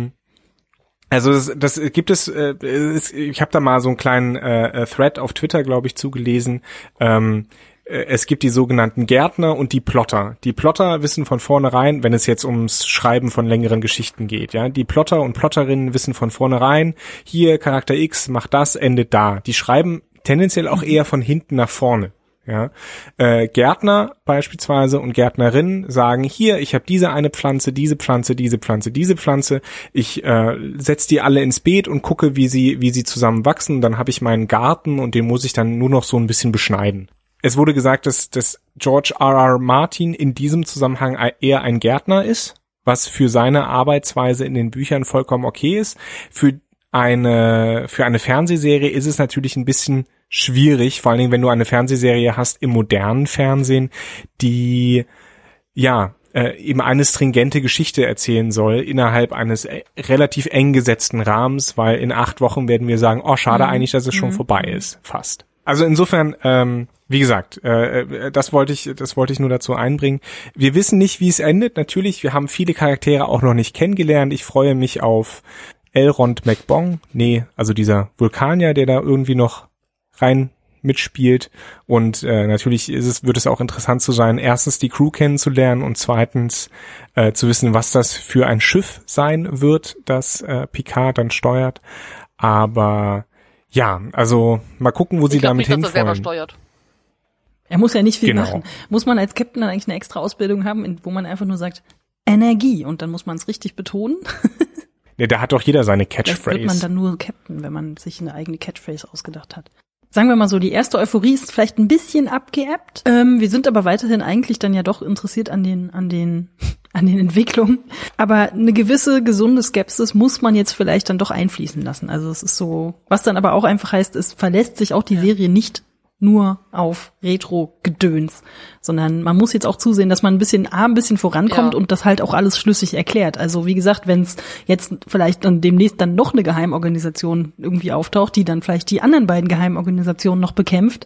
Also das gibt es, ich habe da mal so einen kleinen Thread auf Twitter, glaube ich, zugelesen. Es gibt die sogenannten Gärtner und die Plotter. Die Plotter wissen von vornherein, wenn es jetzt ums Schreiben von längeren Geschichten geht, ja, die Plotter und Plotterinnen wissen von vornherein, hier Charakter X macht das, endet da. Die schreiben tendenziell auch eher von hinten nach vorne. Ja, Gärtner beispielsweise und Gärtnerinnen sagen, hier, ich habe diese eine Pflanze, diese Pflanze, diese Pflanze, diese Pflanze. Ich setze die alle ins Beet und gucke, wie sie zusammen wachsen. Dann habe ich meinen Garten und den muss ich dann nur noch so ein bisschen beschneiden. Es wurde gesagt, dass George R.R. Martin in diesem Zusammenhang eher ein Gärtner ist, was für seine Arbeitsweise in den Büchern vollkommen okay ist. Für eine Fernsehserie ist es natürlich ein bisschen schwierig, vor allen Dingen, wenn du eine Fernsehserie hast im modernen Fernsehen, die eben eine stringente Geschichte erzählen soll innerhalb eines relativ eng gesetzten Rahmens, weil in 8 Wochen werden wir sagen, oh, schade eigentlich, dass es schon vorbei ist, fast. Also insofern, wie gesagt, das wollte ich nur dazu einbringen. Wir wissen nicht, wie es endet. Natürlich, wir haben viele Charaktere auch noch nicht kennengelernt. Ich freue mich auf Elrond McBong. Also dieser Vulkanier, der da irgendwie noch rein mitspielt. Und natürlich wird es auch interessant zu sein, erstens die Crew kennenzulernen und zweitens zu wissen, was das für ein Schiff sein wird, das Picard dann steuert. Aber ja, also mal gucken, wo sie damit hinwollen. Ich glaube nicht, dass er selber steuert. Er muss ja nicht viel machen. Muss man als Captain dann eigentlich eine extra Ausbildung haben, wo man einfach nur sagt, Energie, und dann muss man es richtig betonen? Ja, da hat doch jeder seine Catchphrase. Vielleicht wird man dann nur Captain, wenn man sich eine eigene Catchphrase ausgedacht hat. Sagen wir mal so, die erste Euphorie ist vielleicht ein bisschen abgeebbt. Wir sind aber weiterhin eigentlich dann ja doch interessiert an den Entwicklungen. Aber eine gewisse gesunde Skepsis muss man jetzt vielleicht dann doch einfließen lassen. Also es ist so, was dann aber auch einfach heißt, es verlässt sich auch die Serie nicht nur auf Retro-Gedöns, sondern man muss jetzt auch zusehen, dass man ein bisschen vorankommt und das halt auch alles schlüssig erklärt. Also wie gesagt, wenn es jetzt vielleicht dann demnächst dann noch eine Geheimorganisation irgendwie auftaucht, die dann vielleicht die anderen beiden Geheimorganisationen noch bekämpft,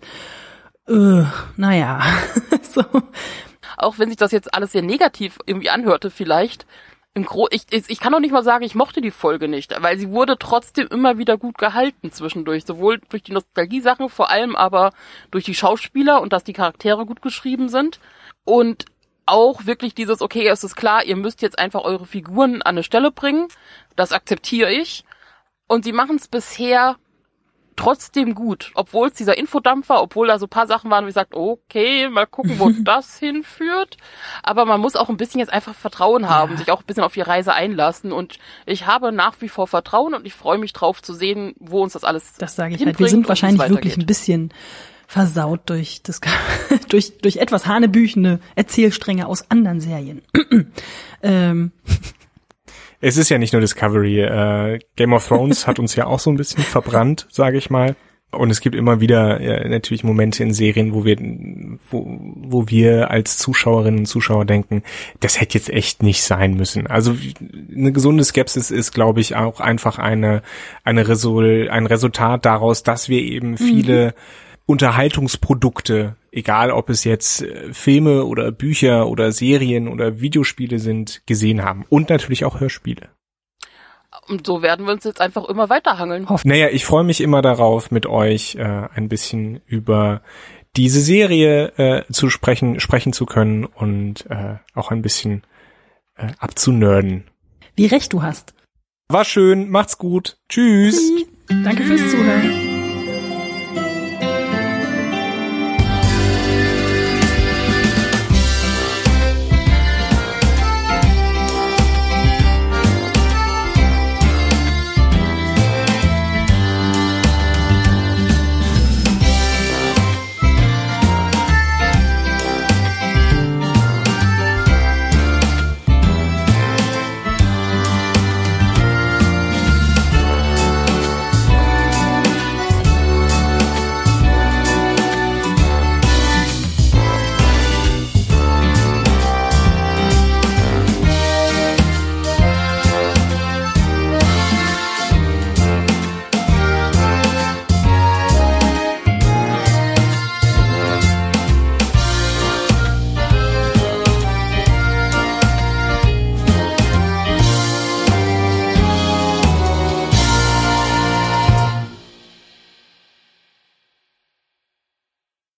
naja, so. Auch wenn sich das jetzt alles sehr negativ irgendwie anhörte vielleicht, ich kann doch nicht mal sagen, ich mochte die Folge nicht, weil sie wurde trotzdem immer wieder gut gehalten zwischendurch, sowohl durch die Nostalgie-Sachen, vor allem aber durch die Schauspieler und dass die Charaktere gut geschrieben sind und auch wirklich dieses, okay, es ist klar, ihr müsst jetzt einfach eure Figuren an eine Stelle bringen, das akzeptiere ich und sie machen es bisher trotzdem gut, obwohl es dieser Infodump war, obwohl da so ein paar Sachen waren, wie gesagt, okay, mal gucken, wo das hinführt. Aber man muss auch ein bisschen jetzt einfach Vertrauen haben, sich auch ein bisschen auf die Reise einlassen. Und ich habe nach wie vor Vertrauen und ich freue mich drauf zu sehen, wo uns das alles Das sage ich halt. Wir sind wahrscheinlich wirklich ein bisschen versaut durch etwas hanebüchene Erzählstränge aus anderen Serien. Es ist ja nicht nur Discovery. Game of Thrones hat uns ja auch so ein bisschen verbrannt, sage ich mal. Und es gibt immer wieder natürlich Momente in Serien, wo wir als Zuschauerinnen und Zuschauer denken, das hätte jetzt echt nicht sein müssen. Also eine gesunde Skepsis ist, glaube ich, auch einfach ein Resultat daraus, dass wir eben viele Unterhaltungsprodukte, egal ob es jetzt Filme oder Bücher oder Serien oder Videospiele sind, gesehen haben. Und natürlich auch Hörspiele. Und so werden wir uns jetzt einfach immer weiterhangeln. Naja, ich freue mich immer darauf, mit euch ein bisschen über diese Serie sprechen zu können und auch ein bisschen abzunörden. Wie recht du hast. War schön, macht's gut. Tschüss. Danke fürs Zuhören.